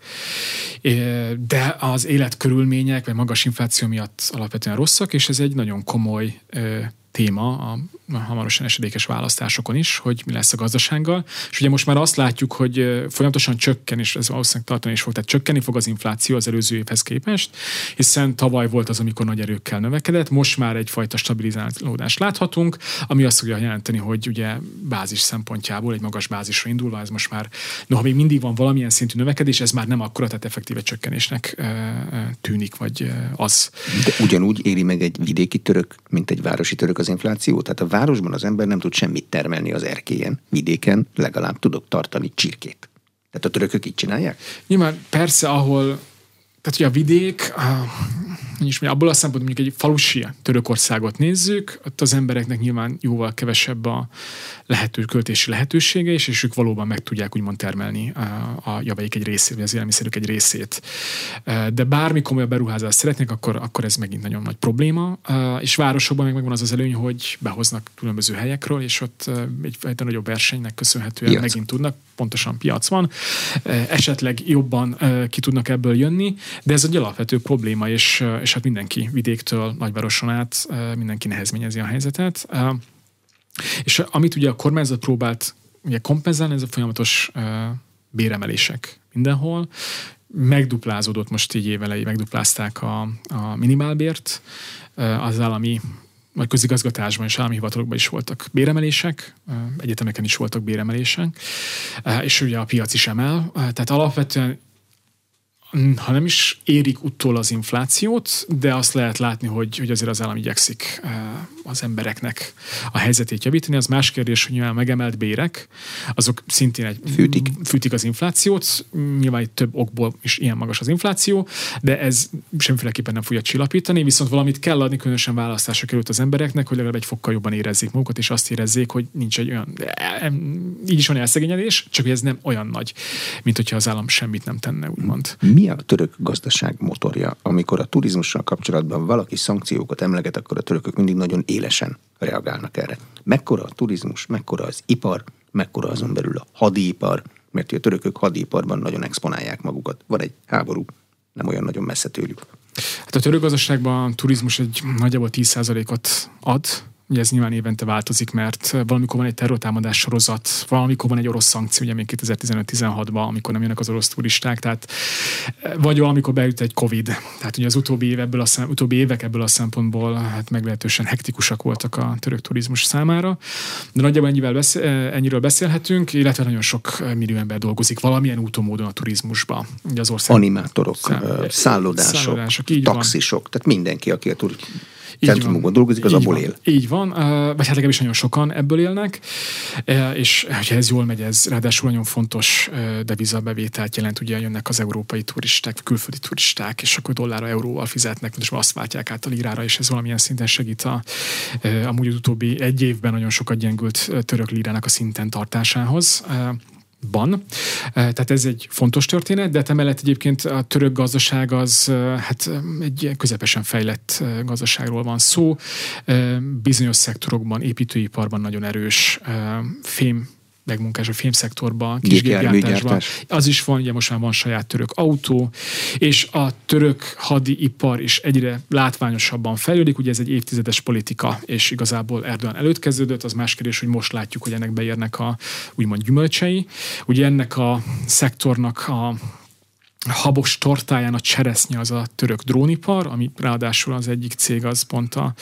De az életkörülmények, vagy magas infláció miatt alapvetően rosszak, és ez egy nagyon komoly téma a hamarosan esedékes választásokon is, hogy mi lesz a gazdasággal. És ugye most már azt látjuk, hogy folyamatosan csökken, és ez valószínűleg tartani is fog, tehát csökkenni fog az infláció az előző évhez képest, hiszen tavaly volt az, amikor nagy erőkkel növekedett, most már egyfajta stabilizálódást láthatunk, ami azt fogja jelenteni, hogy ugye bázis szempontjából egy magas bázisra indulva, ez most már, noha még mindig van valamilyen szintű növekedés, ez már nem akkora, tehát effektíve csökkenésnek tűnik, vagy az.
De ugyanúgy éri meg egy vidéki török, mint egy városi török az infláció? Tehát a városban az ember nem tud semmit termelni az erkélyen, vidéken legalább tudok tartani csirkét. Tehát a törökök így csinálják?
Nyilván persze, ahol, tehát ugye a vidék, és abból a szempontból mondjuk egy falusi Törökországot nézzük, ott az embereknek nyilván jóval kevesebb a lehető, költési lehetősége, és, és ők valóban meg tudják úgymond termelni a, a javaik egy részét, vagy az élelmiszerük egy részét. De bármi komolyabb beruházást szeretnék, akkor, akkor ez megint nagyon nagy probléma. És városokban meg megvan az az előny, hogy behoznak különböző helyekről, és ott egyfajta nagyobb versenynek köszönhetően piac. Megint tudnak, pontosan piac van, esetleg jobban ki tudnak ebből jönni, de ez egy alapvető probléma, és és hát mindenki vidéktől nagyvároson át, mindenki nehezményezi a helyzetet. És amit ugye a kormányzat próbált ugye kompenzálni, ez a folyamatos béremelések mindenhol. Megduplázódott most így évelei, megduplázták a, a minimálbért, az állami vagy közigazgatásban és állami hivatalokban is voltak béremelések, egyetemeken is voltak béremelések, és ugye a piac is emel. Tehát alapvetően ha nem is érik utól az inflációt, de azt lehet látni, hogy, hogy azért az állam igyekszik az embereknek a helyzetét javítani. Az más kérdés, hogy nyilván megemelt bérek, azok szintén egy
fűtik.
fűtik az inflációt. Nyilván itt több okból is ilyen magas az infláció, de ez semmiféleképpen nem fogja csillapítani, viszont valamit kell adni, különösen választások előtt az embereknek, hogy legalább egy fokkal jobban érezzék magukat, és azt érezzék, hogy nincs egy olyan, így is van elszegényedés, csak hogy ez nem olyan nagy, mint hogyha az állam semmit nem tenne, úgymond.
Mi a török gazdaság motorja? Amikor a turizmussal kapcsolatban valaki szankciókat emleget, akkor a törökök mindig nagyon élesen reagálnak erre. Mekkora a turizmus, mekkora az ipar, mekkora azon belül a hadipar, mert a törökök hadiparban nagyon exponálják magukat. Van egy háború, nem olyan nagyon messze tőlük.
Hát a török gazdaságban a turizmus egy nagyjából tíz százalékot ad. Ugye ez nyilván évente változik, mert valamikor van egy terrortámadás sorozat, valamikor van egy orosz szankció, ugye még kétezer-tizenöt-tizenhatban, amikor nem jönnek az orosz turisták, tehát vagy valamikor beüt egy Covid. Tehát ugye az utóbbi, év ebből a szem, utóbbi évek ebből a szempontból hát meglehetősen hektikusak voltak a török turizmus számára. De nagyjából ennyivel beszél, ennyiről beszélhetünk, illetve nagyon sok millió ember dolgozik valamilyen úton módon a turizmusba. Ugye az ország...
Animátorok, szám, szállodások, szállodások taxisok, tehát mindenki, aki a turizmus centrumokban dolgozik, az
így
abból
van,
él.
Így van, vagy hát legalábbis nagyon sokan ebből élnek, és ha ez jól megy, ez ráadásul nagyon fontos devizabevételt jelent, ugye jönnek az európai turisták, külföldi turisták, és akkor dollárra, euróval fizetnek, és azt váltják át a lirára, és ez valamilyen szinten segít a, amúgy az utóbbi egy évben nagyon sokat gyengült török lirának a szinten tartásához. Ban. Tehát ez egy fontos történet, de emellett egyébként a török gazdaság az hát egy közepesen fejlett gazdaságról van szó. Bizonyos szektorokban, építőiparban nagyon erős, fém megmunkás a filmszektorban, kisgépgyártásban. Az is van, ugye most már van saját török autó, és a török hadiipar is egyre látványosabban fejlődik, ugye ez egy évtizedes politika, és igazából Erdogan előtt kezdődött, az más kérdés, hogy most látjuk, hogy ennek beérnek a úgymond gyümölcsei. Ugye ennek a szektornak a habos tortáján a cseresznye az a török drónipar, ami ráadásul az egyik cég az pont a,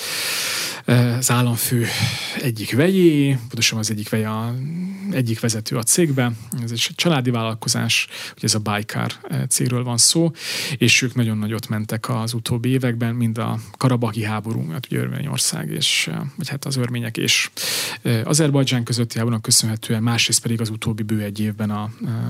az államfő egyik vegyé, pontosan az egyik vegye a, egyik vezető a cégben, ez egy családi vállalkozás, ugye ez a Baykar cégről van szó, és ők nagyon nagyot mentek az utóbbi években, mind a karabahi háború, mert ugye Örményország és, vagy hát az örmények és Azerbajdzsán közötti háborúnak köszönhetően, másrészt pedig az utóbbi bő egy évben a, a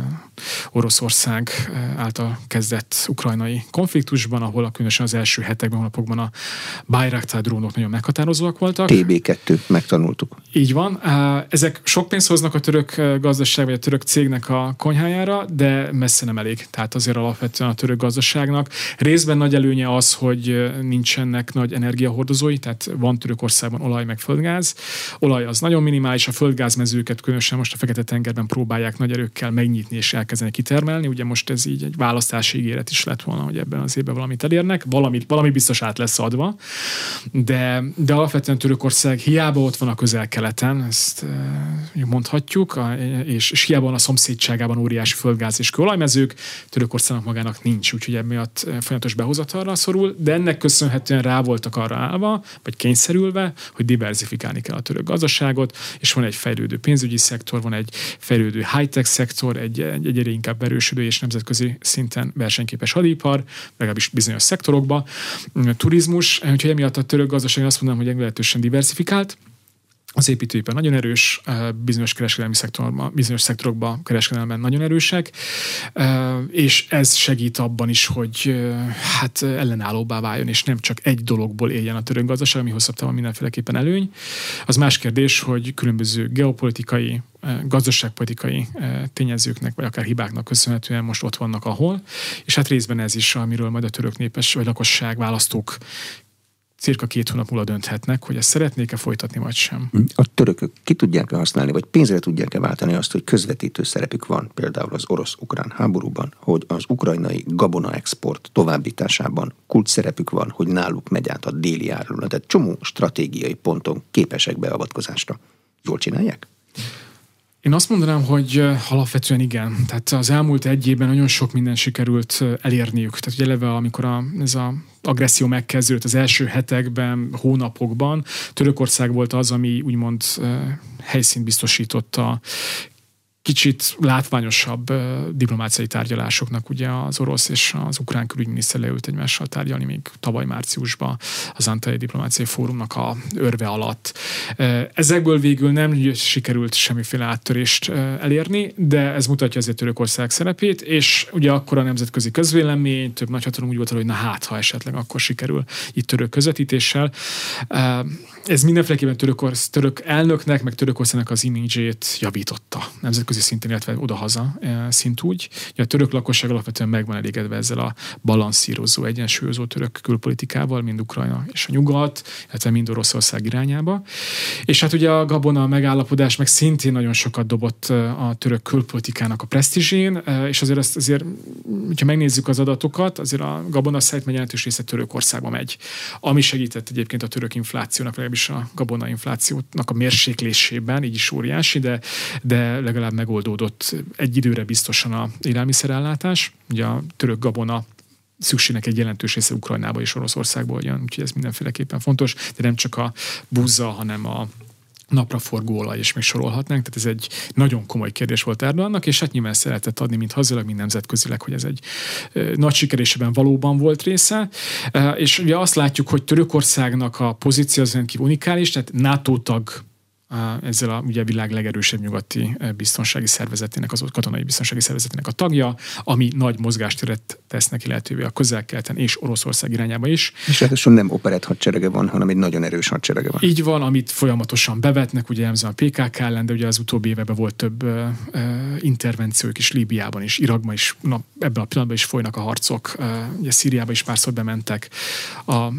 Oroszország által kezdett ukrajnai konfliktusban, ahol különösen az első hetekben, hónapokban a Bayraktar drónok nagyon meghatározóak voltak.
té bé kettő, megtanultuk.
Így van. Ezek sok pénzt hoznak a török gazdaság, vagy a török cégnek a konyhájára, de messze nem elég. Tehát azért alapvetően a török gazdaságnak részben nagy előnye az, hogy nincsenek nagy energiahordozói, tehát van Törökországban olaj meg földgáz. Olaj az nagyon minimális, a földgázmezőket különösen most a Fekete-tengerben próbálják nagy erőkkel megnyitni és elkezdeni kitermelni. Ugye most ez így egy választási ígéret is lett volna, hogy ebben az évben valamit elérnek. Valami, valami biztos át lesz adva, de, de alapvetően Törökország hiába ott van a közel-keleten, ezt e, mondhatjuk, a, és, és hiába van a szomszédságában óriási földgáz és kőolajmezők, Törökországnak magának nincs, úgyhogy emiatt folyamatos behozatalra szorul, de ennek köszönhetően rá voltak arra állva, vagy kényszerülve, hogy diverzifikálni kell a török gazdaságot, és van egy fejlődő pénzügyi szektor, van egy fejlődő high-tech szektor, egy, egy egyre inkább erősödő és nemzetközi szinten versenyképes hadipar, legalábbis bizonyos szektorokban, turizmus, úgyhogy emiatt a török gazdaság azt mondom, hogy meglehetősen diversifikált. Az építőipar nagyon erős, bizonyos kereskedelmi szektorban, bizonyos szektorokban kereskedelemben nagyon erősek, és ez segít abban is, hogy hát ellenállóbbá váljon, és nem csak egy dologból éljen a török gazdaság, ami hosszabb távon mindenféleképpen előny. Az más kérdés, hogy különböző geopolitikai, gazdaságpolitikai tényezőknek, vagy akár hibáknak köszönhetően most ott vannak, ahol, és hát részben ez is, amiről majd a török népes vagy lakosság, választók cirka két hónap múlva dönthetnek, hogy ezt szeretnék-e folytatni, vagy sem.
A törökök ki tudják-e használni, vagy pénzre tudják-e váltani azt, hogy közvetítő szerepük van például az orosz-ukrán háborúban, hogy az ukrajnai gabona export továbbításában kulcs szerepük van, hogy náluk megy át a déli árulat. Tehát csomó stratégiai ponton képesek beavatkozásra. Jól csinálják?
Én azt mondanám, hogy alapvetően igen. Tehát az elmúlt egy évben nagyon sok minden sikerült elérniük. Tehát ugye eleve, amikor a, ez az agresszió megkezdődött az első hetekben, hónapokban, Törökország volt az, ami úgymond helyszínt biztosította kicsit látványosabb uh, diplomáciai tárgyalásoknak, ugye az orosz és az ukrán külügyminiszter leült egymással tárgyalni még tavaly márciusban az Antalya Diplomáciai Fórumnak a örve alatt. Uh, ezekből végül nem sikerült semmiféle áttörést uh, elérni, de ez mutatja azért Törökország szerepét, és ugye akkor a nemzetközi közvélemény, több nagyhatalom úgy volt, hogy na hát, ha esetleg akkor sikerül itt török közvetítéssel. Uh, ez mindenféleképpen török, török elnöknek, meg Törökországnak az imidzsét javította nemzetközi szinten, illetve odahaza szintúgy. A török lakosság alapvetően meg van elégedve ezzel a balanszírozó, egyensúlyozó török külpolitikával, mind Ukrajna és a nyugat, illetve mind Oroszország irányába. És hát ugye a gabona megállapodás meg szintén nagyon sokat dobott a török külpolitikának a presztízsén, és azért azt azért, hogyha megnézzük az adatokat, azért a gabona szállítmány jelentős része Törökországba megy. Ami segített egyébként a török inflációnak, legalábbis a gabona inflációnak a mérséklésében, így is óriási, de, de legalább megoldódott egy időre biztosan a élelmiszerellátás. Ugye a török gabona szükségnek egy jelentős része Ukrajnába és Oroszországból jön, úgyhogy ez mindenféleképpen fontos, de nem csak a búza, hanem a napraforgó olaj, és még sorolhatnánk, tehát ez egy nagyon komoly kérdés volt Erdogannak, és hát nyilván szeretett adni, mind hazilag, mind nemzetközileg, hogy ez egy e, nagy sikerésében valóban volt része, e, és ugye azt látjuk, hogy Törökországnak a pozíció az rendkívül unikális, tehát NATO tag ezzel a ugye, világ legerősebb nyugati biztonsági szervezetének, az katonai biztonsági szervezetének a tagja, ami nagy mozgástéret tesz neki lehetővé a közel-keleten és Oroszország irányába is. És
ráadásul nem operett hadserege van, hanem egy nagyon erős hadserege van.
Így van, amit folyamatosan bevetnek, ugye ez a pé ká ká ellen, de ugye az utóbbi években volt több uh, intervenciók is Líbiában is, Irakban is, na, ebben a pillanatban is folynak a harcok, uh, ugye Szíriába is párszor bementek. A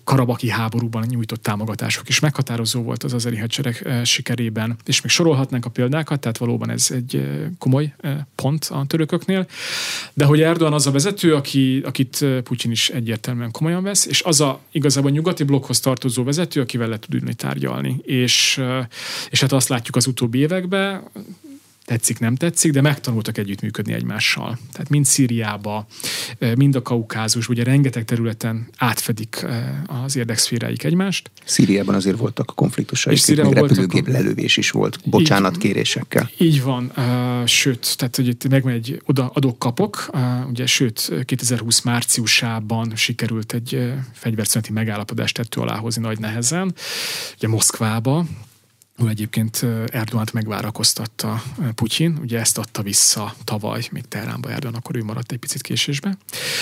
karabaki háborúban nyújtott támogatások is meghatározó volt az azeri hadsereg sikerében, és még sorolhatnánk a példákat, tehát valóban ez egy komoly pont a törököknél, de hogy Erdogan az a vezető, aki, akit Putyin is egyértelműen komolyan vesz, és az a igazából nyugati blokkhoz tartozó vezető, akivel le tud ülni tárgyalni. És, és hát azt látjuk az utóbbi években, tetszik, nem tetszik, de megtanultak együttműködni egymással. Tehát mind Szíriába, mind a Kaukázus, ugye rengeteg területen átfedik az érdekszféráik egymást.
Szíriában azért voltak a konfliktusaik, még repülőgép lelövés is volt, bocsánatkérésekkel.
Így, így van, uh, sőt, tehát hogy itt megmegy oda adok-kapok, uh, ugye, sőt, kétezer-húsz márciusában sikerült egy uh, fegyverszüneti megállapodást tettő alá hozni nagy nehezen, ugye Moszkvába, ahol egyébként Erdogant megvárakoztatta Putyin, ugye ezt adta vissza tavaly, még Teheránba Erdogan, akkor ő maradt egy picit késésbe.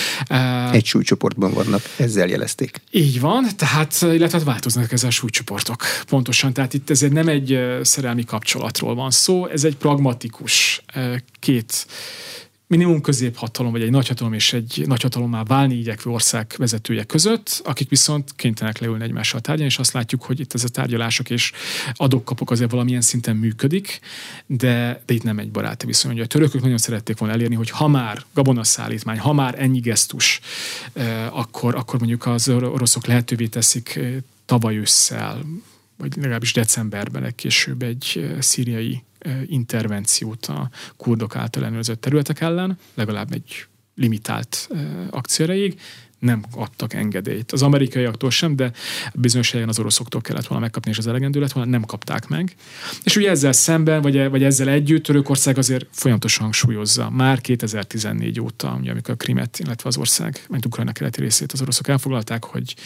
Egy súlycsoportban vannak, ezzel jelezték.
Így van, tehát, illetve változnak ezzel a súlycsoportok. Pontosan, tehát itt ezért nem egy szerelmi kapcsolatról van szó, ez egy pragmatikus két minimum középhatalom, vagy egy nagyhatalom és egy nagyhatalommá válni igyekvő ország vezetője között, akik viszont kénytelenek leülni egymással tárgyalni, és azt látjuk, hogy itt ez a tárgyalások és adok-kapok azért valamilyen szinten működik, de, de itt nem egy baráti viszony. Ugye a törökök nagyon szerették volna elérni, hogy ha már gabonaszállítmány, ha már ennyi gesztus, akkor, akkor mondjuk az oroszok lehetővé teszik tavaly ősszel, vagy legalábbis decemberben legkésőbb egy szíriai intervenciót a kurdok által ellenőrzött területek ellen, legalább egy limitált akcióreig, nem adtak engedélyt. Az amerikaiaktól sem, de bizonyos helyen az oroszoktól kellett volna megkapni, és az elegendő lett volna, nem kapták meg. És ugye ezzel szemben, vagy, vagy ezzel együtt Törökország azért folyamatosan hangsúlyozza, már kétezer-tizennégy óta, ugye, amikor a Krimet, illetve az ország, mint Ukrajna keleti részét az oroszok elfoglalták, hogy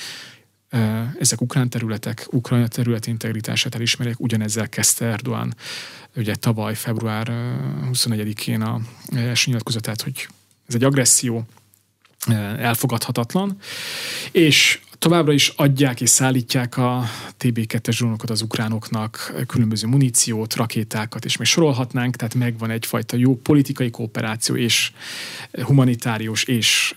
ezek ukrán területek, Ukrajna területi integritását elismerjék, ugyanezzel kezdte Erdogan ugye tavaly február huszonegyedikén a első nyilatkozatát, hogy ez egy agresszió, elfogadhatatlan, és továbbra is adják és szállítják a té bé kettes drónokat az ukránoknak, különböző muníciót, rakétákat, és még sorolhatnánk, tehát megvan egyfajta jó politikai kooperáció és humanitárius és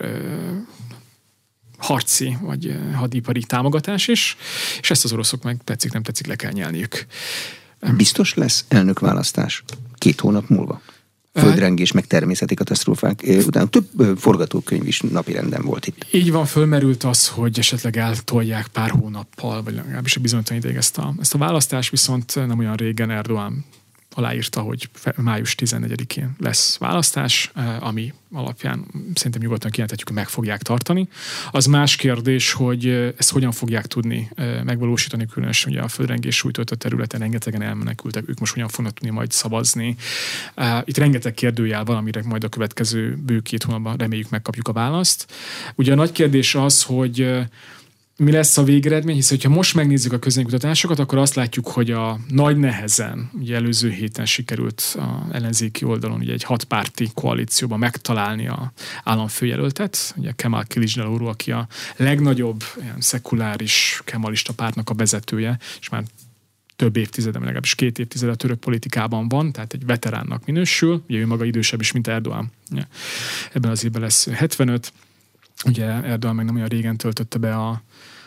harci vagy hadipari támogatás is, és ezt az oroszok meg tetszik, nem tetszik, le kell nyelniük.
Biztos lesz elnökválasztás két hónap múlva? Földrengés, meg természeti katasztrófák. Utána több forgatókönyv is napirenden volt itt.
Így van, fölmerült az, hogy esetleg eltolják pár hónappal, vagy legalábbis a bizonytalan ideig ezt a, ezt a választást, viszont nem olyan régen Erdogan aláírta, hogy május tizennegyedikén lesz választás, ami alapján szerintem nyugodtan kijelentetjük, hogy meg fogják tartani. Az más kérdés, hogy ezt hogyan fogják tudni megvalósítani, különösen ugye a földrengés sújtott a területen rengetegen elmenekültek, ők most hogyan fognak tudni majd szavazni. Itt rengeteg kérdőjel van, amire majd a következő bő két hónapban reméljük megkapjuk a választ. Ugye a nagy kérdés az, hogy mi lesz a végeredmény, hiszen ha most megnézzük a közvéleménykutatásokat, akkor azt látjuk, hogy a nagy nehezen, ugye előző héten sikerült az ellenzéki oldalon ugye egy hatpárti koalícióban megtalálni a államfőjelöltet, ugye Kemal Kılıçdaroğlu, aki a legnagyobb ilyen szekuláris kemalista pártnak a vezetője, és már több évtizede, legalábbis két évtizede a török politikában van, tehát egy veteránnak minősül, ugye ő maga idősebb is, mint Erdogan. Ugye, ebben az évben lesz hetvenöt, ugye Erdogan meg nem olyan régen töltötte be a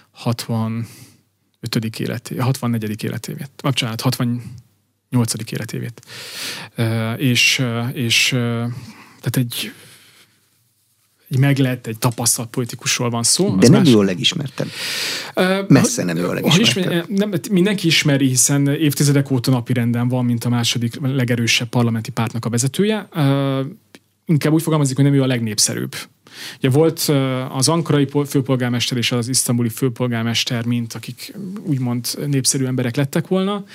hatvanötödik életé, hatvannegyedik életévét. Bocsánat, hatvannyolcadik életévét. Uh, és, uh, és uh, tehát egy, egy meglett, egy tapasztalt politikusról van szó.
De nem más... ő a legismertebb. Uh, Messze nem ő a legismertebb.
Ismer, nem, mindenki ismeri, hiszen évtizedek óta napirenden van, mint a második legerősebb parlamenti pártnak a vezetője. Uh, inkább úgy fogalmazik, hogy nem ő a legnépszerűbb. Ugye volt az ankarai főpolgármester és az isztambuli főpolgármester, mint akik úgymond népszerű emberek lettek volna,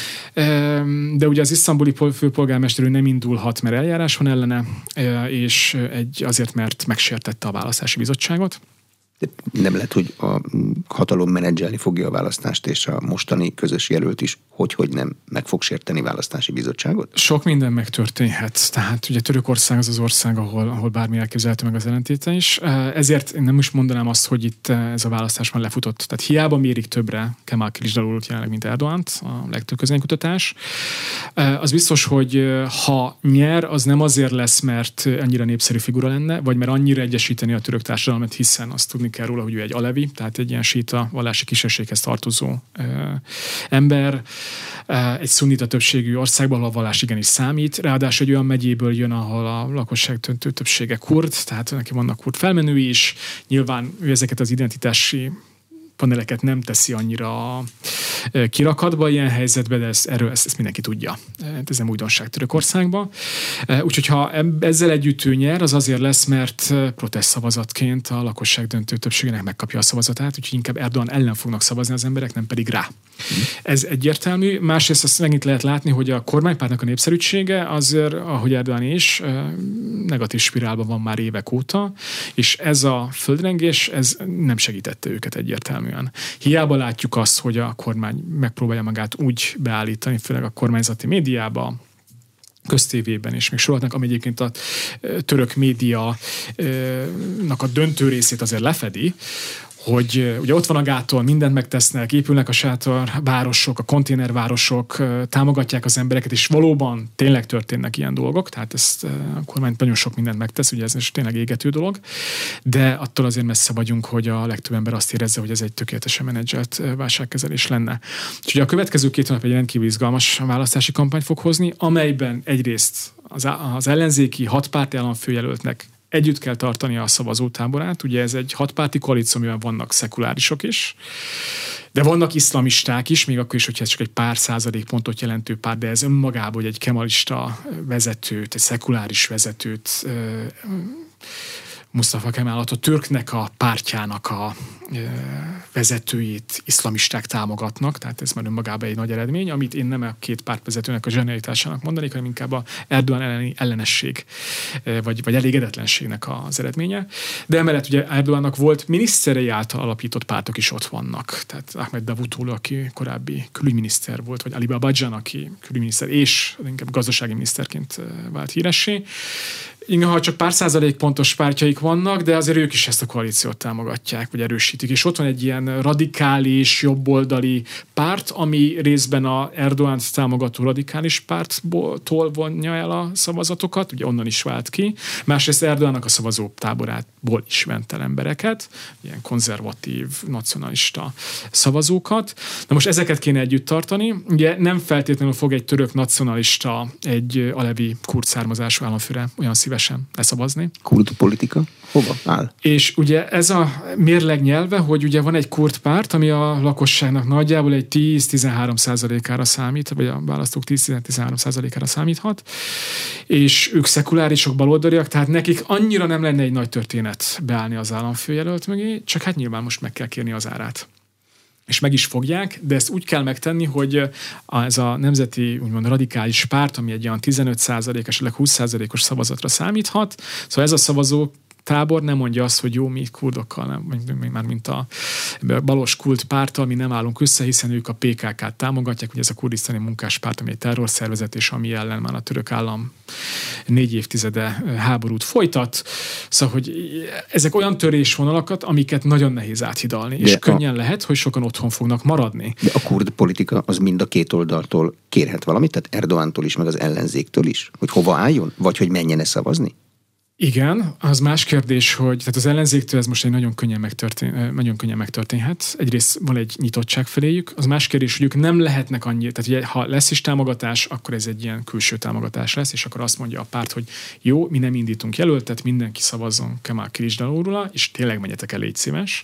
de ugye az isztambuli főpolgármester ő nem indulhat, mert eljárás van ellene, és egy, azért, mert megsértette a választási bizottságot.
De nem lehet, hogy a hatalom menedzselni fogja a választást, és a mostani közös jelölt is hogy, hogy nem meg fog sérteni választási bizottságot?
Sok minden megtörténhet. Tehát ugye Törökország az az ország, ahol, ahol bármi elképzelhető, meg az ellentéte is. Ezért én nem is mondanám azt, hogy itt ez a választás már lefutott. Tehát hiába mérik többre Kemal Kılıçdaroğlut jelenleg, mint Erdoğant, a legtöbb közönkutatás. Az biztos, hogy ha nyer, az nem azért lesz, mert ennyire népszerű figura lenne, vagy mert annyira egyesíteni a török társadalmat, hiszen azt tudni kell róla, hogy ő egy alevi, tehát egy ilyen síta vallási kisebbséghez tartozó ember, egy szunnita többségű országban, ahol a vallás igenis számít, ráadásul egy olyan megyéből jön, ahol a lakosság döntő többsége kurd, tehát neki vannak kurd felmenői is, nyilván ő ezeket az identitási paneleket nem teszi annyira kirakatba ilyen helyzetbe, de ezt, erről ezt, ezt mindenki tudja. Ez nem újdonság Törökországban. Úgyhogy ha ezzel együtt ő nyer, az azért lesz, mert protest szavazatként a lakosság döntő többségének megkapja a szavazatát, úgyhogy inkább Erdoğan ellen fognak szavazni az emberek, nem pedig rá. Ez egyértelmű. Másrészt azt megint lehet látni, hogy a kormánypártnak a népszerűsége azért, ahogy Erdoğan is, negatív spirálban van már évek óta, és ez a földrengés, ez nem segítette őket egyértelműen. Hiába látjuk azt, hogy a kormány megpróbálja magát úgy beállítani, főleg a kormányzati médiába, köztévében, és még sorolhatnak, ami egyébként a török médiának a döntő részét azért lefedi, hogy ugye ott van a gátol, mindent megtesznek, épülnek a sátorvárosok, a konténervárosok, támogatják az embereket, és valóban tényleg történnek ilyen dolgok, tehát ezt a kormány nagyon sok mindent megtesz, ugye ez is tényleg égető dolog, de attól azért messze vagyunk, hogy a legtöbb ember azt érezze, hogy ez egy tökéletesen menedzselt válságkezelés lenne. És ugye a következő két hónap egy rendkívül izgalmas választási kampány fog hozni, amelyben egyrészt az, az ellenzéki hatpárti államfőjelöltnek együtt kell tartani a szavazótáborát. Ugye ez egy hatpárti koalíció, amiben vannak szekulárisok is, de vannak iszlamisták is, még akkor is, hogyha ez csak egy pár százalékpontot jelentő párt, de ez önmagában, hogy egy kemalista vezetőt, egy szekuláris vezetőt, Mustafa Kemalut, a türknek a pártjának a vezetőjét iszlamisták támogatnak, tehát ez már önmagában egy nagy eredmény, amit én nem a két pártvezetőnek a zsenialitásának mondanék, hanem inkább a Erdoğan elleni ellenesség, vagy, vagy elégedetlenségnek az eredménye. De emellett ugye Erdoğannak volt miniszterei által alapított pártok is ott vannak. Tehát Ahmet Davutoglu, aki korábbi külügyminiszter volt, vagy Ali Babacan, aki külügyminiszter és inkább gazdasági miniszterként vált híressé. Igen, ha csak pár százalék pontos pártjaik vannak, de azért ők is ezt a koalíciót támogatják, vagy erősítik. És ott van egy ilyen radikális, jobboldali párt, ami részben a Erdoğant támogató radikális párttól vonja el a szavazatokat, ugye onnan is vált ki. Másrészt Erdoğannak a szavazó táborából is ment el embereket, ilyen konzervatív, nacionalista szavazókat. Na most ezeket kéne együtt tartani. Ugye nem feltétlenül fog egy török nacionalista, egy alevi kurd származású államfőre olyan szíves leszavazni.
Kurd politika? Hova áll? És
ugye ez a mérleg nyelve, hogy ugye van egy kurd párt, ami a lakosságnak nagyjából egy tíz-tizenhárom százalékára számít, vagy a választók tíz-tizenhárom százalékára számíthat, és ők szekulárisok, baloldaliak, tehát nekik annyira nem lenne egy nagy történet beállni az államfőjelölt mögé, csak hát nyilván most meg kell kérni az árát. És meg is fogják, de ezt úgy kell megtenni, hogy ez a nemzeti úgymond radikális párt, ami egy olyan tizenöt százalék, esetleg húsz százalékos szavazatra számíthat, szóval ez a szavazó tábor nem mondja azt, hogy jó, mi kurdokkal, nem, már mint a balos kult párttal, mi nem állunk össze, hiszen ők a pé ká ká-t támogatják, ugye ez a kurdisztáni munkáspárt, ami egy terrorszervezet, és ami ellen már a török állam négy évtizede háborút folytat. Szóval, hogy ezek olyan törésvonalakat, amiket nagyon nehéz áthidalni, és a... könnyen lehet, hogy sokan otthon fognak maradni.
De a kurd politika az mind a két oldaltól kérhet valamit, tehát Erdoğantól is, meg az ellenzéktől is, hogy hova álljon, vagy hogy menjen-e szavazni?
Igen, az más kérdés, hogy tehát az ellenzéktől ez most egy nagyon könnyen, megtörtén, nagyon könnyen megtörténhet. Egyrészt van egy nyitottság feléjük, az más kérdés, hogy ők nem lehetnek annyi, tehát ugye, ha lesz is támogatás, akkor ez egy ilyen külső támogatás lesz, és akkor azt mondja a párt, hogy jó, mi nem indítunk jelöltet, mindenki szavazzon Kemal Kılıçdaroğlu'ra, és tényleg menjetek el, légy szíves.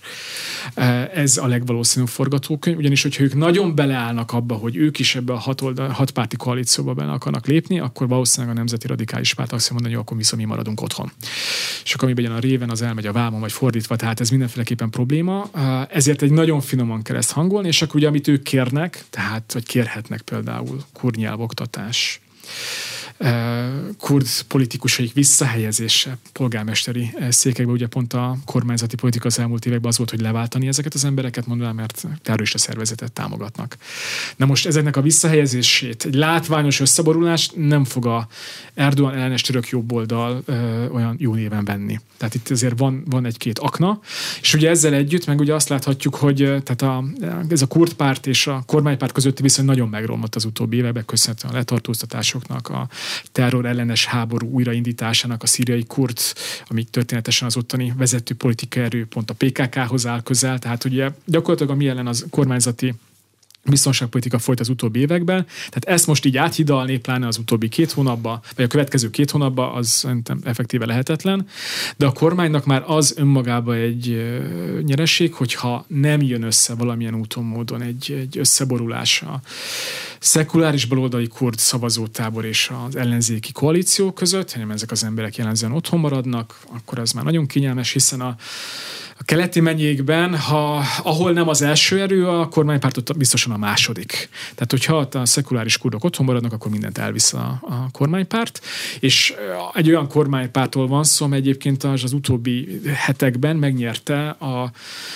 Ez a legvalószínűbb forgatókönyv, ugyanis hogyha ők nagyon beleállnak abba, hogy ők is ebbe a hat, oldal, hat párti koalícióba bele akarnak lépni, akkor valószínűleg a Nemzeti Radikális Párt azt mondja, hogy akkor viszont mi maradunk otthon. És akkor amiben a réven az elmegy a vámon, vagy fordítva, tehát ez mindenféleképpen probléma. Ezért egy nagyon finoman kell ezt hangolni, és akkor ugye amit ők kérnek, tehát, vagy kérhetnek például kurd nyelvoktatás, kurd politikusaik visszahelyezése polgármesteri székekbe, ugye pont a kormányzati politika az elmúlt években az volt, hogy leváltani ezeket az embereket, mondanám, mert terrorista szervezetet támogatnak. Na most ezeknek a visszahelyezését, egy látványos összeborulást nem fog a Erdogan ellenes török jobboldal ö, olyan jó néven venni. Tehát itt azért van, van egy-két akna, és ugye ezzel együtt meg ugye azt láthatjuk, hogy tehát a, ez a kurd párt és a kormánypárt közötti viszony nagyon megromlott az utóbbi években, köszönhetően a letartóztatásoknak, a terror ellenes háború újraindításának, a szíriai kurd, ami történetesen az ottani vezető politikai erő pont a pé ká ká-hoz áll közel, tehát ugye gyakorlatilag a mi ellen az kormányzati biztonságpolitika folyt az utóbbi években, tehát ezt most így áthidalni, pláne az utóbbi két hónapban, vagy a következő két hónapban, az szerintem effektíve lehetetlen, de a kormánynak már az önmagában egy nyereség, hogyha nem jön össze valamilyen úton, módon egy, egy összeborulás a szekuláris baloldali kurd szavazótábor és az ellenzéki koalíció között, hanem ezek az emberek jellemzően otthon maradnak, akkor ez már nagyon kényelmes, hiszen a A keleti mennyékben, ha, ahol nem az első erő, a kormánypártot biztosan a második. Tehát, hogyha a szekuláris kurdok otthon maradnak, akkor mindent elvisz a, a kormánypárt. És egy olyan kormánypártól van szó, amely egyébként az, az utóbbi hetekben megnyerte a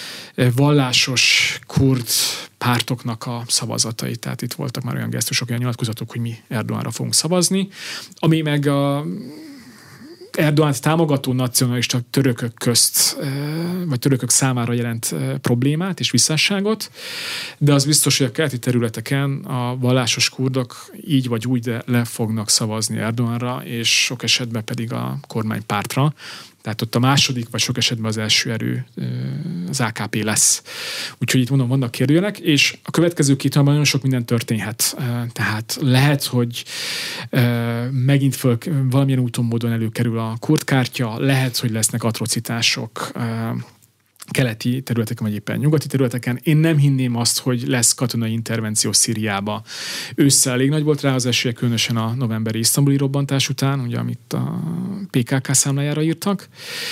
vallásos kurd pártoknak a szavazatait. Tehát itt voltak már olyan gesztusok, olyan nyilatkozatok, hogy mi Erdoganra fogunk szavazni, ami meg a Erdogant támogató nacionalista törökök közt, vagy törökök számára jelent problémát és visszásságot, de az biztos, hogy a keleti területeken a vallásos kurdok így vagy úgy, de le fognak szavazni Erdoganra, és sok esetben pedig a kormánypártra. Tehát ott a második, vagy sok esetben az első erő az á ká pé lesz. Úgyhogy itt mondom, vannak kérdőjelek, és a következő két hónapban nagyon sok minden történhet. Tehát lehet, hogy megint föl, valamilyen úton, módon előkerül a kurdkártya, lehet, hogy lesznek atrocitások keleti területeken, vagy éppen nyugati területeken. Én nem hinném azt, hogy lesz katonai intervenció Szíriába. Ősszel elég nagy volt rá az esélye, különösen a novemberi isztambuli robbantás után, ugye, amit a pé ká ká számlájára írtak,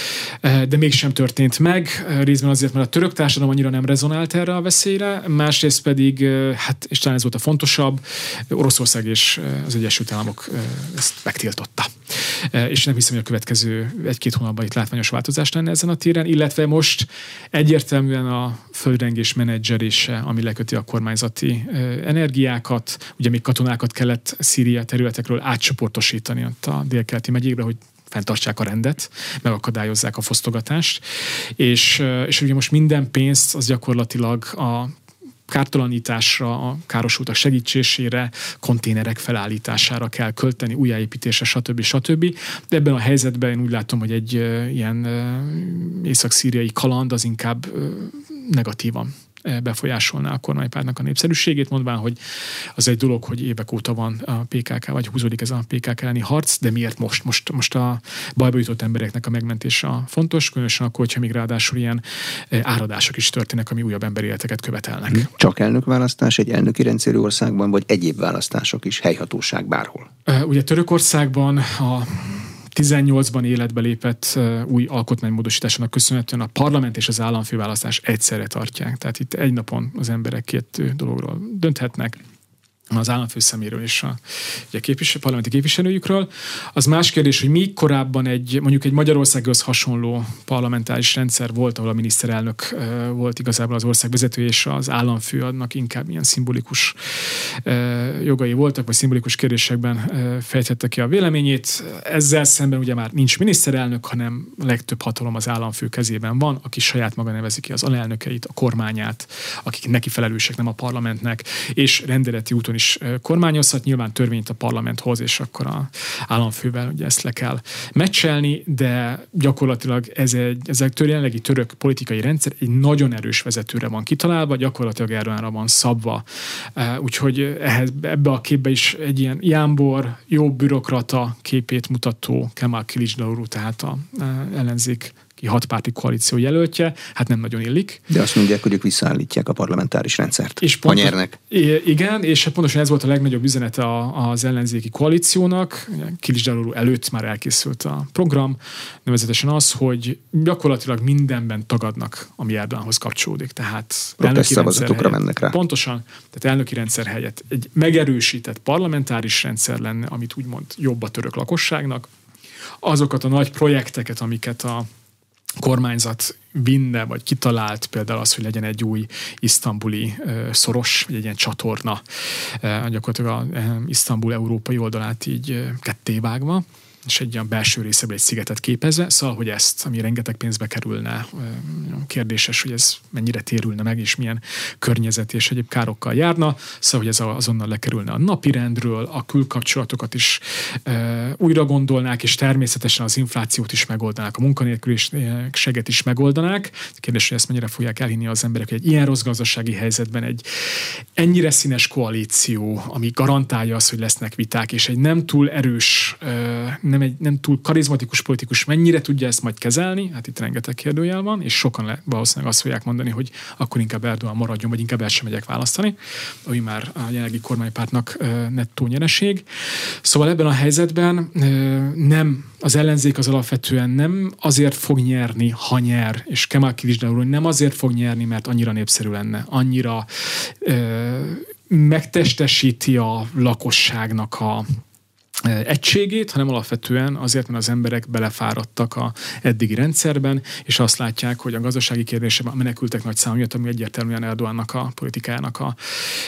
de mégsem történt meg. Részben azért, mert a török társadalom annyira nem rezonált erre a veszélyre, másrészt pedig, hát, és talán ez volt a fontosabb, Oroszország és az Egyesült Államok ezt megtiltotta. És nem hiszem, hogy a következő egy-két hónapban itt látványos változás lenne ezen a téren, illetve most egyértelműen a földrengés menedzselése, ami leköti a kormányzati energiákat, ugye még katonákat kellett Szíria területekről átcsoportosítani ott a délkeleti megyékbe, hogy fenntartsák a rendet, megakadályozzák a fosztogatást, és, és ugye most minden pénzt az gyakorlatilag a kártalanításra, a károsultak segítésére, konténerek felállítására kell költeni, újjáépítésre, stb. stb. De ebben a helyzetben én úgy látom, hogy egy uh, ilyen uh, észak-szíriai kaland az inkább uh, negatívan befolyásolná a kormánypártnak a népszerűségét, mondván, hogy az egy dolog, hogy évek óta van a pé ká ká, vagy húzódik ez a pé ká ká elleni harc, de miért most? Most, most a bajba jutott embereknek a megmentése fontos, különösen akkor, hogyha még ráadásul ilyen áradások is történnek, ami újabb emberi életeket követelnek.
Csak elnökválasztás egy elnöki rendszerű országban, vagy egyéb választások is, helyhatóság bárhol? Ugye
Törökországban a tizennyolcban életbe lépett új alkotmánymódosításnak köszönhetően a parlament és az államfőválasztás egyszerre tartják. Tehát itt egy napon az emberek két dologról dönthetnek, az államfő szeméről és a ugye, képvisel, parlamenti képviselőjükről. Az más kérdés, hogy még korábban egy, mondjuk egy Magyarországhoz hasonló parlamentáris rendszer volt, ahol a miniszterelnök uh, volt igazából az ország vezető, és az államfő annak inkább ilyen szimbolikus uh, jogai voltak, vagy szimbolikus kérdésekben uh, fejthette ki a véleményét. Ezzel szemben ugye már nincs miniszterelnök, hanem a legtöbb hatalom az államfő kezében van, aki saját maga nevezi ki az alelnökeit, a kormányát, akik neki felelősek, nem a parlamentnek, és rendeleti úton is kormányozhat, nyilván törvényt a parlament hoz, és akkor az államfővel ugye ezt le kell meccselni, de gyakorlatilag ez egy, ez egy jelenlegi török politikai rendszer egy nagyon erős vezetőre van kitalálva, gyakorlatilag Erdoganra van szabva. Úgyhogy ehhez, ebbe a képbe is egy ilyen jámbor, jó bürokrata képét mutató Kemal Kılıçdaroğlu, tehát a ellenzék hatpárti koalíció jelöltje, hát nem nagyon illik.
De azt mondják, hogy ők visszaállítják a parlamentáris rendszert,
és
pontos, ha nyernek.
Igen, és pontosan ez volt a legnagyobb üzenete az ellenzéki koalíciónak. Kilicdaroglu előtt már elkészült a program, nevezetesen az, hogy gyakorlatilag mindenben tagadnak, ami Erdoğanhoz kapcsolódik. Tehát
protest szavazatokra mennek rá.
Pontosan, tehát elnöki rendszer helyett egy megerősített parlamentáris rendszer lenne, amit úgymond jobb a török lakosságnak. Azokat a nagy projekteket, amiket a kormányzat vinne, vagy kitalált, például az, hogy legyen egy új isztambuli uh, szoros, vagy egy ilyen csatorna, uh, gyakorlatilag a uh, Isztambul európai oldalát így uh, kettévágva, és egy ilyen belső részeből egy szigetet képezve, szóval, hogy ezt, ami rengeteg pénzbe kerülne, kérdéses, hogy ez mennyire térülne meg, és milyen környezeti és egyéb károkkal járna, szóval, hogy ez azonnal lekerülne a napirendről, a külkapcsolatokat is e, újra gondolnák, és természetesen az inflációt is megoldanák, a munkanélküliséget is megoldanák. Kérdés, hogy ezt mennyire fogják elhinni az emberek, hogy egy ilyen rossz gazdasági helyzetben egy ennyire színes koalíció, ami garantálja azt, hogy lesznek viták, és egy nem túl erős, e, nem egy nem túl karizmatikus politikus mennyire tudja ezt majd kezelni, hát itt rengeteg kérdőjel van, és sokan le, valószínűleg azt fogják mondani, hogy akkor inkább Erdoğan maradjon, vagy inkább el sem megyek választani, ami már a jelenlegi kormánypártnak uh, nettó nyereség. Szóval ebben a helyzetben uh, nem, az ellenzék az alapvetően nem azért fog nyerni, ha nyer, és Kemal Kilicdaroglu nem azért fog nyerni, mert annyira népszerű lenne, annyira uh, megtestesíti a lakosságnak a egységét, hanem alapvetően azért, mert az emberek belefáradtak a eddigi rendszerben, és azt látják, hogy a gazdasági kérdésében a menekültek nagy száma miatt, ami egyértelműen Erdoğannak a politikájának a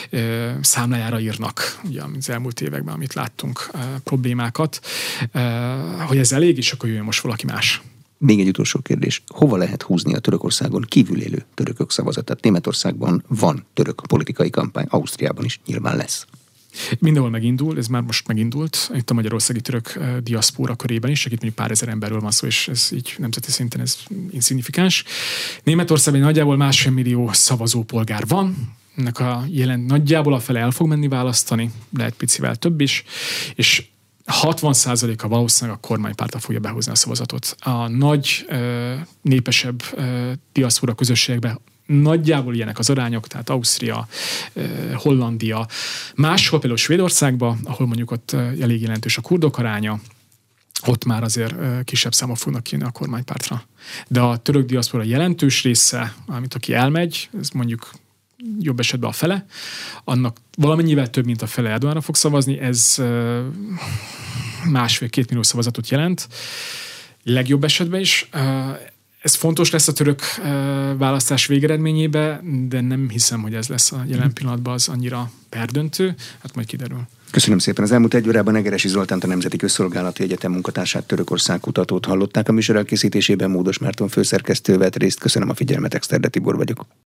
e, számlájára írnak, ugye az elmúlt években, amit láttunk, e, problémákat, e, hogy ez elég, és akkor jöjjön most valaki más.
Még egy utolsó kérdés. Hova lehet húzni a Törökországon kívül élő törökök szavazatát? Németországban van török politikai kampány, Ausztriában is nyilván lesz.
Mindenhol megindul, ez már most megindult, itt a magyarországi török uh, diaszpóra körében is, csak itt mondjuk pár ezer emberről van szó, és ez így nemzeti szinten ez insignifikáns. Németországban nagyjából másfél millió szavazópolgár van, ennek a jelen nagyjából a fele el fog menni választani, lehet picivel több is, és hatvan százaléka valószínűleg a kormánypárttal fogja behozni a szavazatot. A nagy uh, népesebb uh, diaszpóra közösségekben nagyjából ilyenek az arányok, tehát Ausztria, Hollandia, máshol például Svédországban, ahol mondjuk ott elég jelentős a kurdok aránya, ott már azért kisebb számok fognak kijönni a kormánypártra. De a török diaszpora jelentős része, amit aki elmegy, ez mondjuk jobb esetben a fele, annak valamennyivel több, mint a fele Erdoğanra fog szavazni, ez másfél-két millió szavazatot jelent, legjobb esetben is. Ez fontos lesz a török uh, választás végeredményében, de nem hiszem, hogy ez lesz a jelen pillanatban az annyira perdöntő. Hát majd kiderül.
Köszönöm szépen. Az elmúlt egy órában Egeresi Zoltánt, a Nemzeti Közszolgálati Egyetem munkatársát, Törökország kutatót hallották. A műsor elkészítésében Módos Márton főszerkesztő vett részt. Köszönöm a figyelmet, Exterde Tibor vagyok.